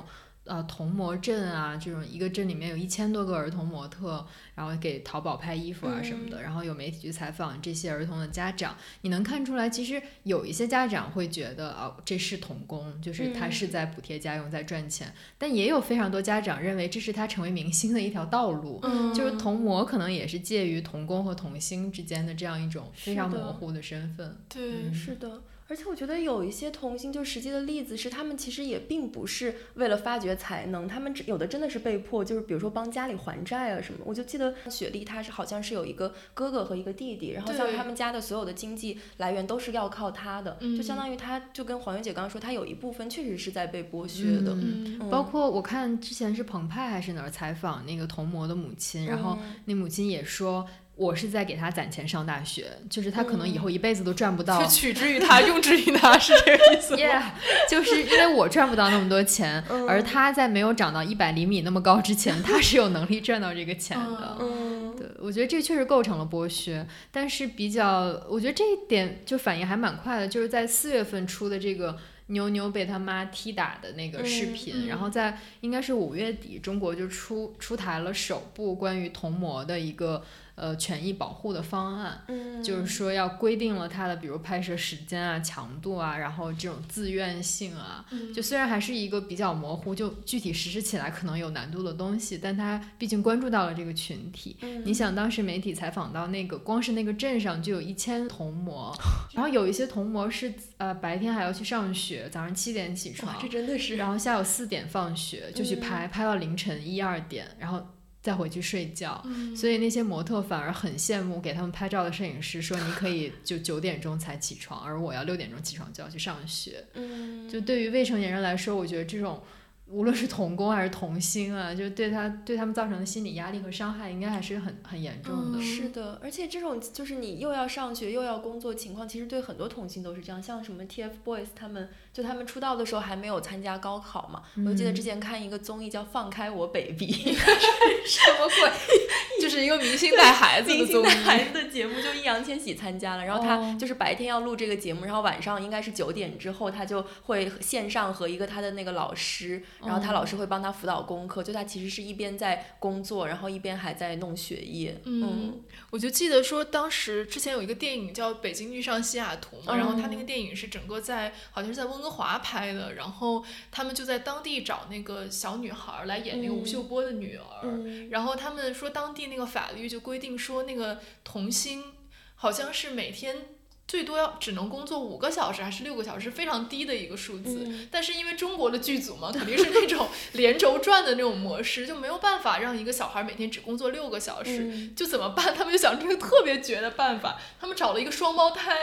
呃童模镇啊，这种一个镇里面有一千多个儿童模特，然后给淘宝拍衣服啊什么的， 嗯、 然后有媒体去采访这些儿童的家长，你能看出来，其实有一些家长会觉得哦，这是童工，就是他是在补贴家用，在赚钱，嗯、但也有非常多家长认为这是他成为明星的一条道路， 嗯、 就是童模可能也是介于童工和童星之间的这样一种非常模糊的身份。 对、 嗯，是的。而且我觉得有一些童星，就实际的例子是，他们其实也并不是为了发掘才能，他们有的真的是被迫，就是比如说帮家里还债啊什么。我就记得雪莉，她是好像是有一个哥哥和一个弟弟，然后像他们家的所有的经济来源都是要靠他的，就相当于他就跟黄媛姐刚刚说，他有一部分确实是在被剥削的。 嗯嗯、包括我看之前是澎湃还是哪儿采访那个童模的母亲，然后那母亲也说。我是在给他攒钱上大学，就是他可能以后一辈子都赚不到， 就取之于他，用之于他，是这个意思吗？ yeah, 就是因为我赚不到那么多钱， 嗯、 而他在没有长到一百厘米那么高之前，他是有能力赚到这个钱的。 嗯， 对，我觉得这确实构成了剥削，但是比较，我觉得这一点就反应还蛮快的，就是在四月份出的这个。妞妞被他妈踢打的那个视频、 嗯嗯、 然后在应该是五月底中国就出出台了首部关于童模的一个呃权益保护的方案、 嗯、 就是说要规定了它的比如拍摄时间啊强度啊然后这种自愿性啊、 嗯、 就虽然还是一个比较模糊就具体实施起来可能有难度的东西，但它毕竟关注到了这个群体、 嗯、 你想当时媒体采访到那个光是那个镇上就有一千童模然后有一些童模是呃白天还要去上学，早上七点起床， 这真的是， 然后下午四点放学就去拍、嗯、拍到凌晨一二点，然后再回去睡觉、 嗯、 所以那些模特反而很羡慕给他们拍照的摄影师，说你可以就九点钟才起床，而我要六点钟起床就要去上学、 嗯、 就对于未成年人来说，我觉得这种无论是童工还是童星啊，就对他对他们造成的心理压力和伤害应该还是很很严重的、 嗯、是的，而且这种就是你又要上学又要工作情况，其实对很多童星都是这样，像什么 T F Boys 他们就他们出道的时候还没有参加高考嘛、嗯、我记得之前看一个综艺叫放开我 baby 什么鬼就是一个明星带孩子的综艺， 明星带孩子的节目，就易烊千玺参加了，然后他就是白天要录这个节目，然后晚上应该是九点之后他就会线上和一个他的那个老师，然后他老师会帮他辅导功课、嗯、就他其实是一边在工作然后一边还在弄学业。 嗯, 嗯我就记得说当时之前有一个电影叫《北京遇上西雅图》嘛、嗯、然后他那个电影是整个在好像是在温哥华拍的，然后他们就在当地找那个小女孩来演那个吴秀波的女儿、嗯、然后他们说当地那个法律就规定说那个童星好像是每天最多要只能工作五个小时还是六个小时，非常低的一个数字、嗯、但是因为中国的剧组嘛肯定是那种连轴转的那种模式就没有办法让一个小孩每天只工作六个小时、嗯、就怎么办，他们就想这个特别绝的办法，他们找了一个双胞胎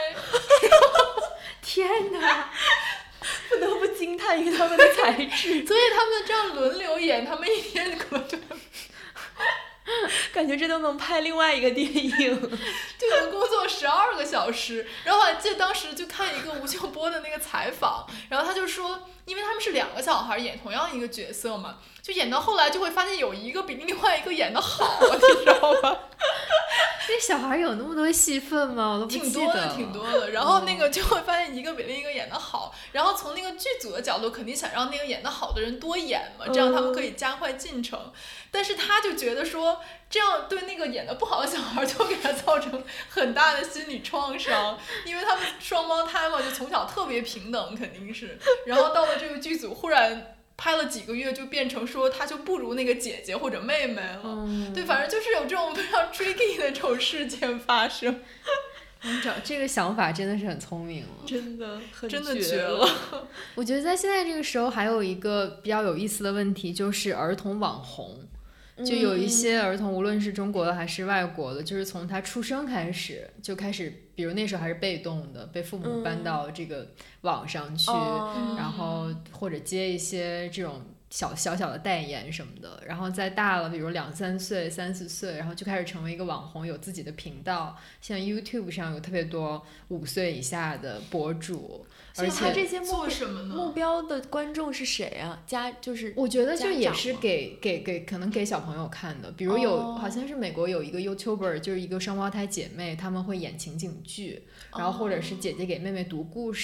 天哪不得不惊叹于他们的才智所以他们这样轮流演，他们一天可能就感觉这都能拍另外一个电影就能工作十二个小时。然后我还记得当时就看一个吴秀波的那个采访，然后他就说因为他们是两个小孩演同样一个角色嘛，就演到后来就会发现有一个比另外一个演得好你知道吗那小孩有那么多戏份吗？我都不记得。 挺多的挺多的，然后那个就会发现一个比另一个演得好、嗯、然后从那个剧组的角度肯定想让那个演得好的人多演嘛，这样他们可以加快进程、嗯、但是他就觉得说这样对那个演得不好的小孩就给他造成很大的心理创伤，因为他们双胞胎嘛，就从小特别平等肯定是，然后到了这个剧组忽然拍了几个月就变成说他就不如那个姐姐或者妹妹了、嗯、对，反正就是有这种非常 tricky 的这种事件发生这个想法真的是很聪明了， 真的很真的绝了我觉得在现在这个时候还有一个比较有意思的问题，就是儿童网红，就有一些儿童无论是中国的还是外国的，就是从他出生开始就开始比如那时候还是被动的被父母搬到这个网上去、嗯、然后或者接一些这种小小小的代言什么的，然后再大了比如两三岁三四岁，然后就开始成为一个网红，有自己的频道，像 YouTube 上有特别多五岁以下的博主，而且他这些做什么呢？ 目标的观众是谁啊？家就是我觉得就也是给给给可能给小朋友看的，比如有、哦、好像是美国有一个 YouTuber 就是一个双胞胎姐妹，他们会演情景剧，然后或者是姐姐给妹妹读故事、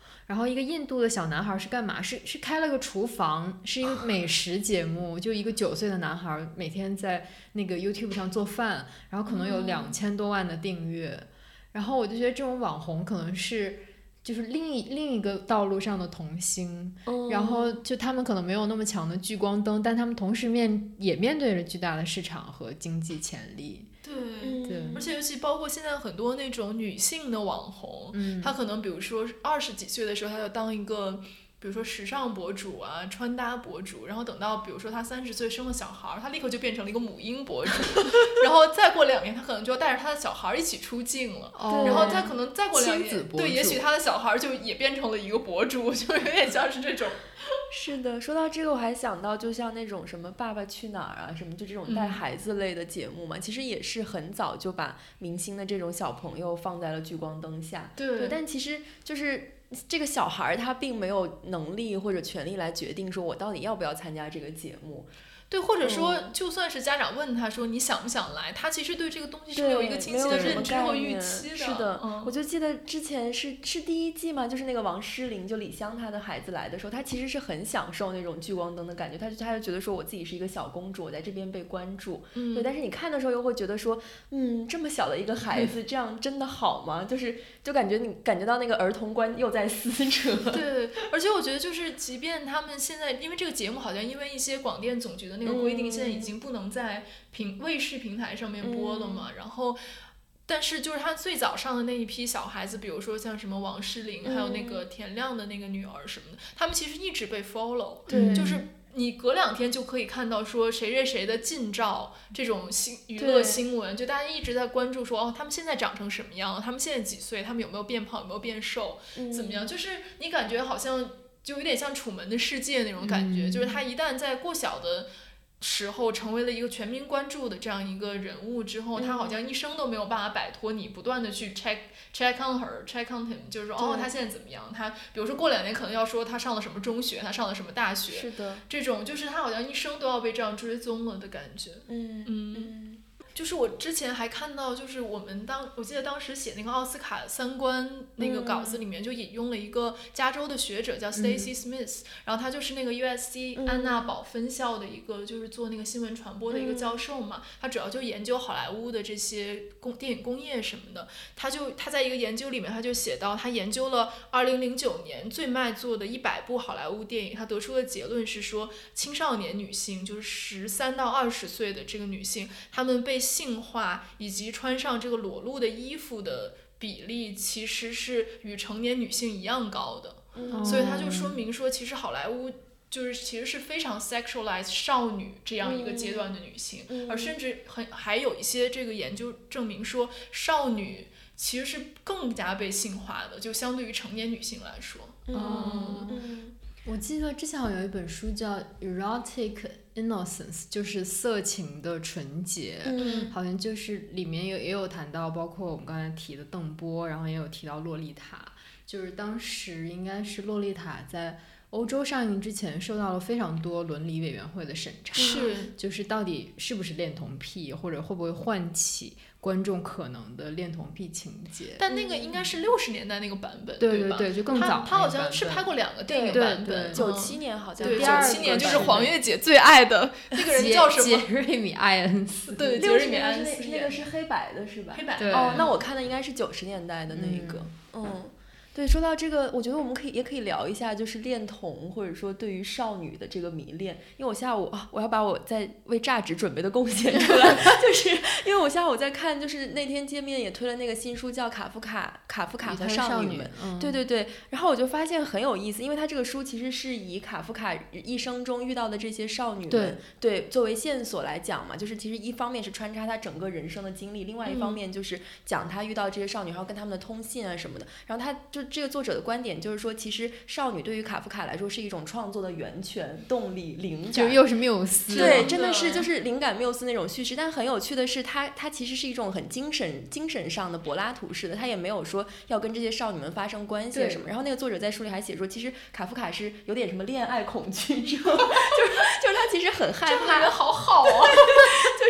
然后一个印度的小男孩是干嘛？是是开了个厨房，是一个美食节目，就一个九岁的男孩每天在那个 YouTube 上做饭，然后可能有两千多万的订阅。然后我就觉得这种网红可能是就是另一另一个道路上的童星， 嗯、 然后就他们可能没有那么强的聚光灯，但他们同时面也面对着巨大的市场和经济潜力。 对、 嗯、 对， 而且尤其包括现在很多那种女性的网红， 嗯， 她可能比如说二十几岁的时候，她就当一个比如说时尚博主啊、穿搭博主，然后等到比如说她三十岁生了小孩，她立刻就变成了一个母婴博主，然后再过两年，她可能就要带着她的小孩一起出镜了， 哦、 然后再可能再过两年，对，也许她的小孩就也变成了一个博主，就有点像是这种。 是的，说到这个我还想到就像那种什么爸爸去哪儿啊什么，就这种带孩子类的节目嘛、嗯、其实也是很早就把明星的这种小朋友放在了聚光灯下。 对, 对，但其实就是这个小孩他并没有能力或者权利来决定说我到底要不要参加这个节目。 对，或者说就算是家长问他说你想不想来，他其实对这个东西是没有一个清晰的认知和预期的。 是的、 嗯、 我就记得之前是是第一季嘛，就是那个王诗龄就李湘她的孩子来的时候，她其实是很享受那种聚光灯的感觉，她就她就觉得说我自己是一个小公主，我在这边被关注、 嗯、 对，但是你看的时候又会觉得说嗯这么小的一个孩子这样真的好吗？就是就感觉你感觉到那个儿童观又在撕扯。 对，而且我觉得就是即便他们现在因为这个节目好像因为一些广电总局的那个规定、嗯、现在已经不能在平卫视平台上面播了嘛、嗯、然后但是就是他最早上的那一批小孩子，比如说像什么王诗龄、嗯、还有那个田亮的那个女儿什么的，他们其实一直被 follow， 对， 就是你隔两天就可以看到说谁谁谁的近照这种新娱乐新闻，就大家一直在关注说哦他们现在长成什么样，他们现在几岁，他们有没有变胖有没有变瘦、嗯、怎么样，就是你感觉好像就有点像楚门的世界那种感觉、嗯、就是他一旦在过小的时候成为了一个全民关注的这样一个人物之后、嗯、他好像一生都没有办法摆脱你不断的去 check check on her check on him， 就是说哦他现在怎么样，他比如说过两年可能要说他上了什么中学，他上了什么大学， 是的， 这种就是他好像一生都要被这样追踪了的感觉。 嗯嗯就是我之前还看到，就是我们当我记得当时写那个奥斯卡三观那个稿子里面就引用了一个加州的学者叫 Stacy Smith、嗯、然后他就是那个 U S C 安娜堡分校的一个就是做那个新闻传播的一个教授嘛，他主要就研究好莱坞的这些工电影工业什么的，他就他在一个研究里面他就写到他研究了二零零九年最卖座的一百部好莱坞电影，他得出的结论是说青少年女性就是十三到二十岁的这个女性，她们被性化以及穿上这个裸露的衣服的比例其实是与成年女性一样高的、嗯、所以它就说明说其实好莱坞就是其实是非常 sexualize 少女这样一个阶段的女性、嗯、而甚至很还有一些这个研究证明说少女其实是更加被性化的，就相对于成年女性来说。 嗯嗯，我记得之前好像有一本书叫 Erotic Innocence， 就是色情的纯洁、嗯、好像就是里面也也有谈到包括我们刚才提的邓波，然后也有提到洛丽塔，就是当时应该是洛丽塔在欧洲上映之前受到了非常多伦理委员会的审查， 是就是到底是不是恋童癖，或者会不会唤起观众可能的恋童癖情节。 但那个应该是六十年代那个版本、嗯、 对对吧？ 对，就更早。 他好像是拍过两个电影版本， 九七年好像。 对， 九七年就是黄月姐最爱的那个人叫什么？ 杰瑞米·艾恩斯。 对，杰瑞米·艾恩斯。 那个是黑白的是吧？ 黑白。 哦，那我看的应该是九十年代的那一个。嗯。嗯对，说到这个，我觉得我们可以也可以聊一下，就是恋童或者说对于少女的这个迷恋。因为我下午啊，我要把我在为榨汁准备的贡献出来，就是因为我下午在看，就是那天界面也推了那个新书，叫《卡夫卡卡夫卡和少女们》。 嗯、 对对对，然后我就发现很有意思，因为他这个书其实是以卡夫卡一生中遇到的这些少女们，对, 对作为线索来讲嘛，就是其实一方面是穿插他整个人生的经历，另外一方面就是讲他遇到这些少女，还有跟他们的通信啊什么的。然后他就这个作者的观点就是说，其实少女对于卡夫卡来说是一种创作的源泉、动力、灵感， 就又是缪斯， 对，真的是就是灵感缪斯那种叙事。但很有趣的是，它它其实是一种很精神精神上的柏拉图式的，他也没有说要跟这些少女们发生关系什么。然后那个作者在书里还写说，其实卡夫卡是有点什么恋爱恐惧症，就是就是他其实很害怕， 这个人好好啊， 就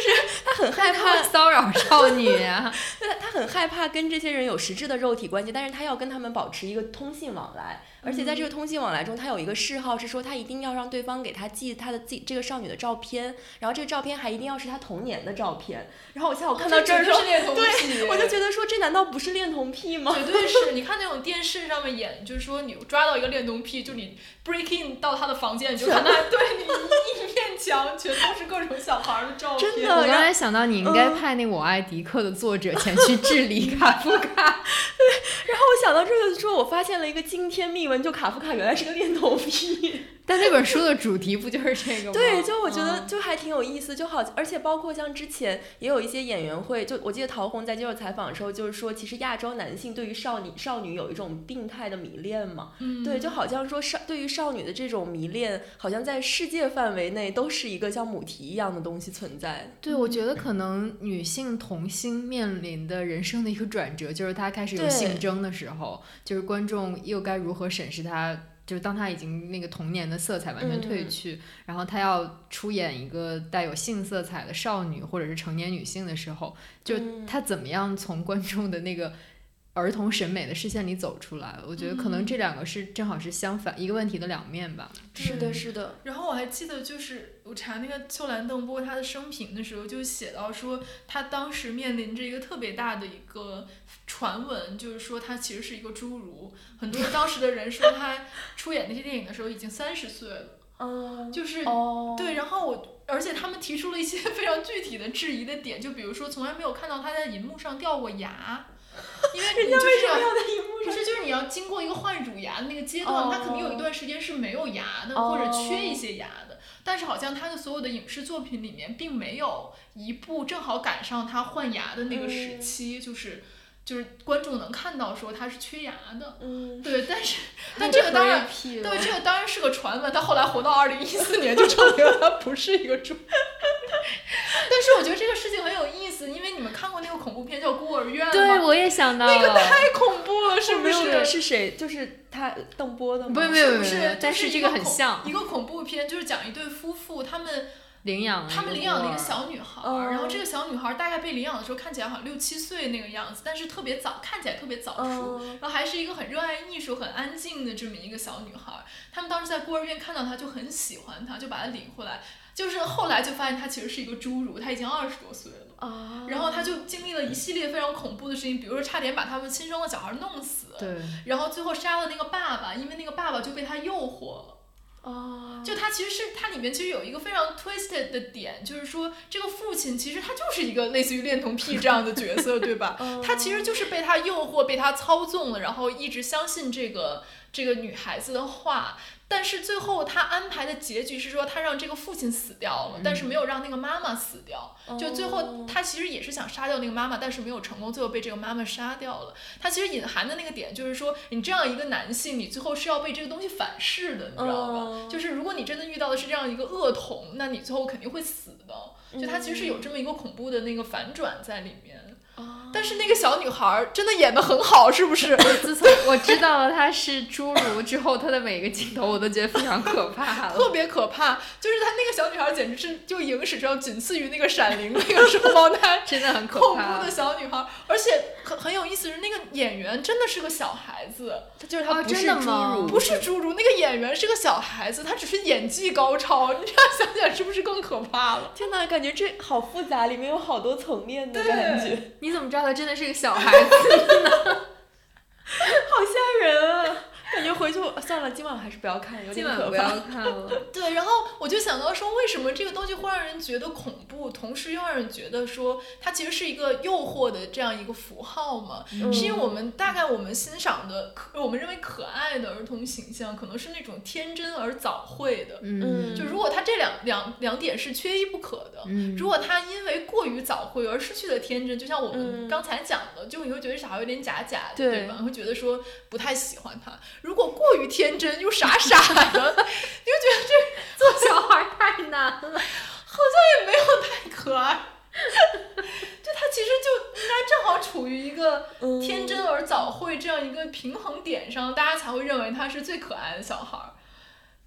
就是他很害怕骚扰少女啊。 对，他很害怕跟这些人有实质的肉体关系，但是他要跟他们保持一个通信往来。而且在这个通信往来中，他有一个嗜好是说，他一定要让对方给他寄他的自己这个少女的照片，然后这个照片还一定要是他童年的照片。然后我下午看到这儿的时候， 哦、 对，我就觉得说，这难道不是恋童癖吗？ 绝对是。你看那种电视上面演，就是说你抓到一个恋童癖，就你 break in 到他的房间，你就看他对你一面墙全都是各种小孩的照片。 真的， 我刚才想到你应该派那《我爱迪克》的作者前去治理卡夫卡。 对，然后我想到这个说，我发现了一个惊天秘闻，就卡夫卡原来是个恋童癖。 但那本书的主题不就是这个吗？ 对，就我觉得就还挺有意思，就好，而且包括像之前也有一些演员会，就我记得陶虹在接受采访的时候，就是说，其实亚洲男性对于少女少女有一种病态的迷恋嘛， 嗯， 对，就好像说少对于少女的这种迷恋，好像在世界范围内都是一个像母题一样的东西存在。 对，我觉得可能女性童星面临的人生的一个转折，就是她开始有性征的时候，就是观众又该如何审视她。就是当他已经那个童年的色彩完全褪去、嗯、然后他要出演一个带有性色彩的少女或者是成年女性的时候，就他怎么样从观众的那个儿童审美的视线里走出来，我觉得可能这两个是正好是相反、嗯、一个问题的两面吧。 是的是的。 然后我还记得就是我查那个秋兰邓波她的生平的时候，就写到说她当时面临着一个特别大的一个传闻，就是说她其实是一个侏儒，很多当时的人说她出演那些电影的时候已经三十岁了。 嗯， 就是、 哦、 对，然后我而且他们提出了一些非常具体的质疑的点，就比如说从来没有看到她在荧幕上掉过牙。因为你就是人家为什么要在荧幕上？ 不是，就是你要经过一个换乳牙的那个阶段，他、oh. 肯定有一段时间是没有牙的， oh. 或者缺一些牙的。但是好像他的所有的影视作品里面，并没有一部正好赶上他换牙的那个时期，嗯、就是就是观众能看到说他是缺牙的。嗯，对，但是但这个当然，对，这个当然是个传闻。他后来活到二零一四年，就证明了他不是一个猪。但是我觉得这个事情很有意思，因为你们看过那个恐怖片叫《孤儿院》吗？ 对，我也想到了， 那个太恐怖了，是不是？ 是谁？就是他邓波的吗？ 不是，没有， 不是， 但是这个很像一个恐怖片，就是讲一对夫妇，他们领养他们领养了一个小女孩、 嗯， 然后这个小女孩大概被领养的时候看起来好像六七岁那个样子，但是特别早，看起来特别早熟、嗯，然后还是一个很热爱艺术、很安静的这么一个小女孩。他们当时在孤儿院看到她就很喜欢她，就把她领回来。就是后来就发现她其实是一个侏儒，她已经二十多岁了。 啊， 然后她就经历了一系列非常恐怖的事情，比如说差点把他们亲生的小孩弄死， 对， 然后最后杀了那个爸爸，因为那个爸爸就被他诱惑了。 哦、 就他其实是他里面其实有一个非常 twisted 的点，就是说这个父亲其实他就是一个类似于恋童癖这样的角色，对吧？他其实就是被他诱惑，被他操纵了，然后一直相信这个这个女孩子的话。但是最后他安排的结局是说他让这个父亲死掉了、嗯、但是没有让那个妈妈死掉、嗯、就最后他其实也是想杀掉那个妈妈，但是没有成功，最后被这个妈妈杀掉了。他其实隐含的那个点就是说，你这样一个男性，你最后是要被这个东西反噬的，你知道吧、嗯、就是如果你真的遇到的是这样一个恶童，那你最后肯定会死的。就他其实是有这么一个恐怖的那个反转在里面。但是那个小女孩真的演得很好，是不是？ 自从我知道了她是侏儒之后，她的每个镜头我都觉得非常可怕了， 特别可怕。就是她那个小女孩简直是就影史上仅次于那个闪灵那个双胞胎， 真的很可怕，恐怖的小女孩。而且很很有意思是，那个演员真的是个小孩子， 就是她不是侏儒， 不是侏儒，那个演员是个小孩子，他只是演技高超。你这样想想是不是更可怕了？ 天哪，感觉这好复杂，里面有好多层面的感觉。 你怎么知道他真的是个小孩子呢？ 好吓人啊！感觉回去算了，今晚还是不要看，有点可怕。 不要看了。 对，然后我就想到说，为什么这个东西会让人觉得恐怖，同时又让人觉得说它其实是一个诱惑的这样一个符号嘛？嗯、是因为我们大概我们欣赏的，可我们认为可爱的儿童形象，可能是那种天真而早慧的。 嗯， 就如果它这两两两点是缺一不可的，嗯、如果它因为过于早慧而失去了天真，就像我们刚才讲的，就你会觉得小孩有点假假的， 对, 对吧？会觉得说不太喜欢他。如果过于天真又傻傻的，你就觉得这做小孩太难了，好像也没有太可爱。就他其实就应该正好处于一个天真而早慧这样一个平衡点上，大家才会认为他是最可爱的小孩。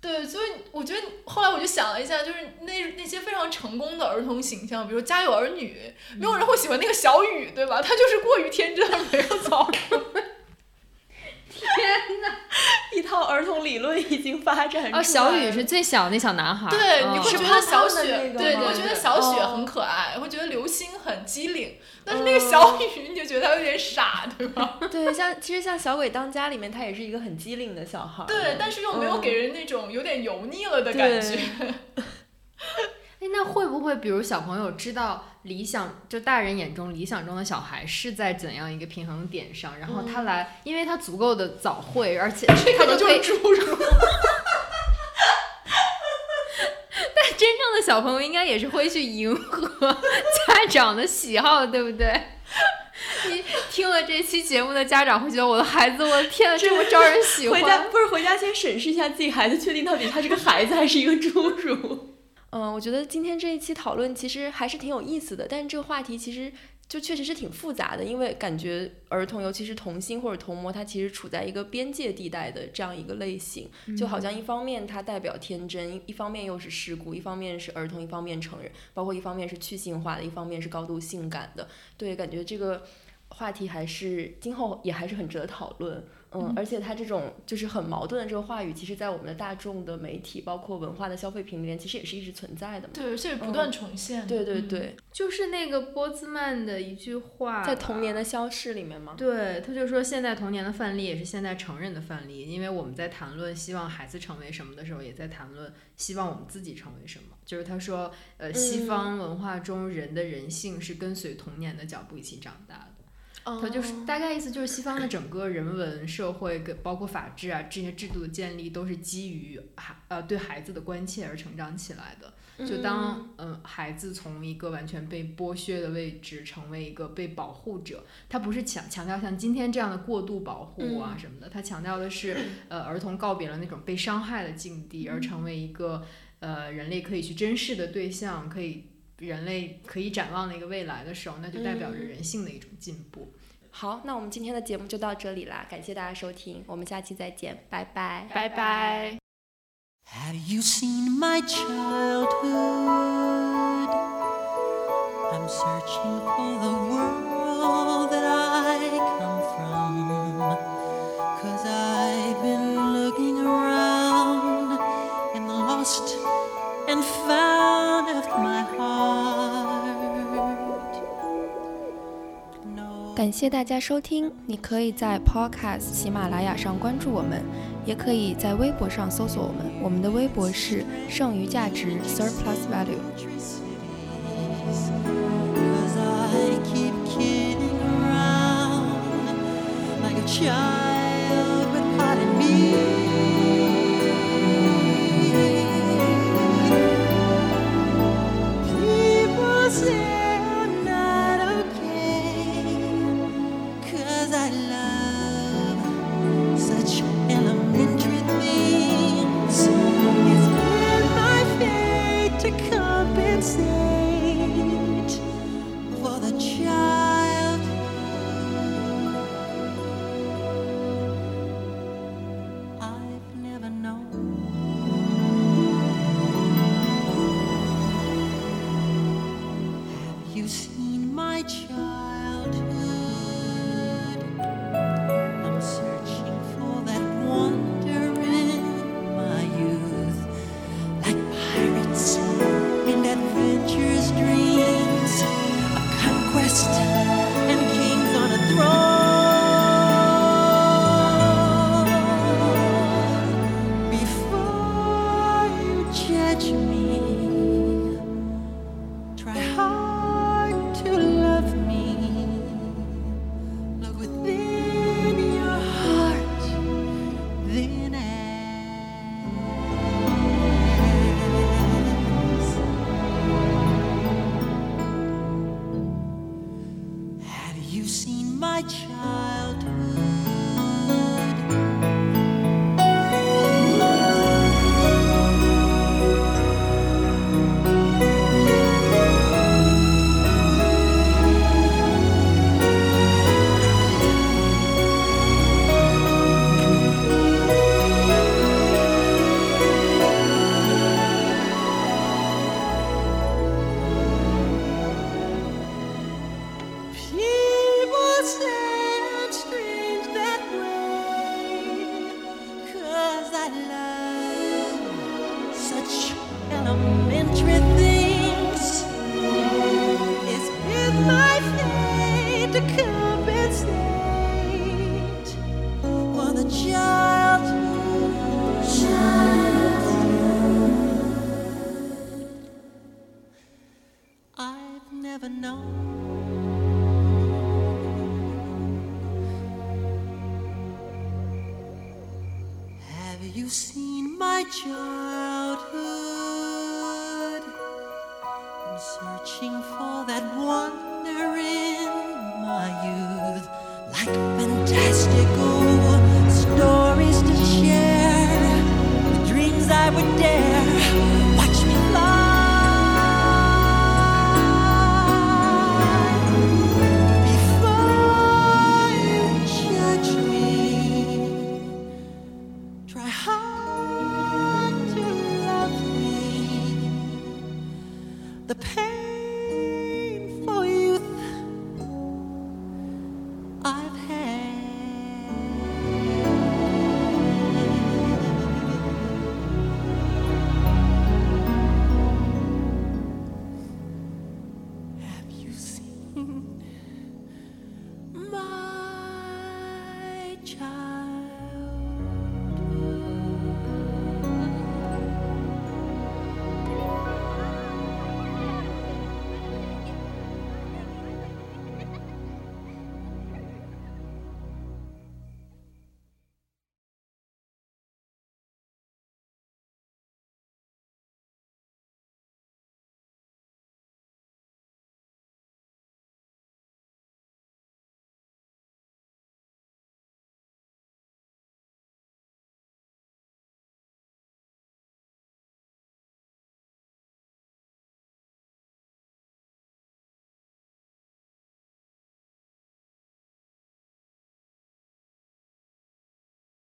对，所以我觉得后来我就想了一下，就是那那些非常成功的儿童形象，比如《家有儿女》，没有人会喜欢那个小雨，对吧？他就是过于天真而没有早熟。 天哪！ 一套儿童理论已经发展出来。 哦，小雨是最小那小男孩。 对， 哦、 你会觉得小雪， 那个对，你会觉得小雪很可爱，哦、会觉得刘星很机灵，但是那个小雨，你就觉得他有点傻，对吧？ 对，像其实像《小鬼当家》里面，他也是一个很机灵的小孩。 对，但是又没有给人那种有点油腻了的感觉。 哎，那会不会比如小朋友知道理想，就大人眼中理想中的小孩是在怎样一个平衡点上，然后他来，嗯、因为他足够的早会，而且他就就是侏儒。 但真正的小朋友应该也是会去迎合家长的喜好，对不对？你听了这期节目的家长会觉得我的孩子，我的天啊，这么招人喜欢！ 回家不是回家先审视一下自己孩子，确定到底他是个孩子还是一个侏儒。嗯，我觉得今天这一期讨论其实还是挺有意思的，但是这个话题其实就确实是挺复杂的，因为感觉儿童尤其是童星或者童模，它其实处在一个边界地带的这样一个类型，就好像一方面它代表天真，一方面又是世故，一方面是儿童，一方面成人，包括一方面是去性化的，一方面是高度性感的。对，感觉这个话题还是今后也还是很值得讨论。嗯，而且它这种就是很矛盾的这个话语，其实在我们的大众的媒体包括文化的消费品里面其实也是一直存在的嘛。 对，而且不断重现、 嗯、对对对、嗯、 就是那个波兹曼的一句话， 在童年的消逝里面吗？ 对，他就说现在童年的范例也是现在成人的范例，因为我们在谈论希望孩子成为什么的时候，也在谈论希望我们自己成为什么。就是他说呃，西方文化中人的人性是跟随童年的脚步一起长大的。它就是大概意思就是西方的整个人文社会跟包括法治啊这些制度的建立都是基于孩呃对孩子的关切而成长起来的。就当嗯、呃、孩子从一个完全被剥削的位置成为一个被保护者，他不是强强调像今天这样的过度保护啊什么的，他强调的是呃儿童告别了那种被伤害的境地，而成为一个呃人类可以去珍视的对象，可以人类可以展望的一个未来的时候，那就代表着人性的一种进步。 好，那我们今天的节目就到这里啦，感谢大家收听，我们下期再见，拜拜， 拜拜。 Have you seen my childhood? I'm searching for the world that I come from, 'cause I've been looking around in the lost and found of my heart. 感谢大家收听，你可以在 Podcast 喜马拉雅上关注我们，也可以在微博上搜索我们，我们的微博是剩余价值 Surplus Value。 For the child I love such elementary things. It's been my fate to compensate for the childhood, childhood I've never known. Have you seen my childhood? I'm searching for that wonder in my youth, like fantastical stories to share, the dreams I would dare. Watch me fly before you judge me. Try hard to love me. The pain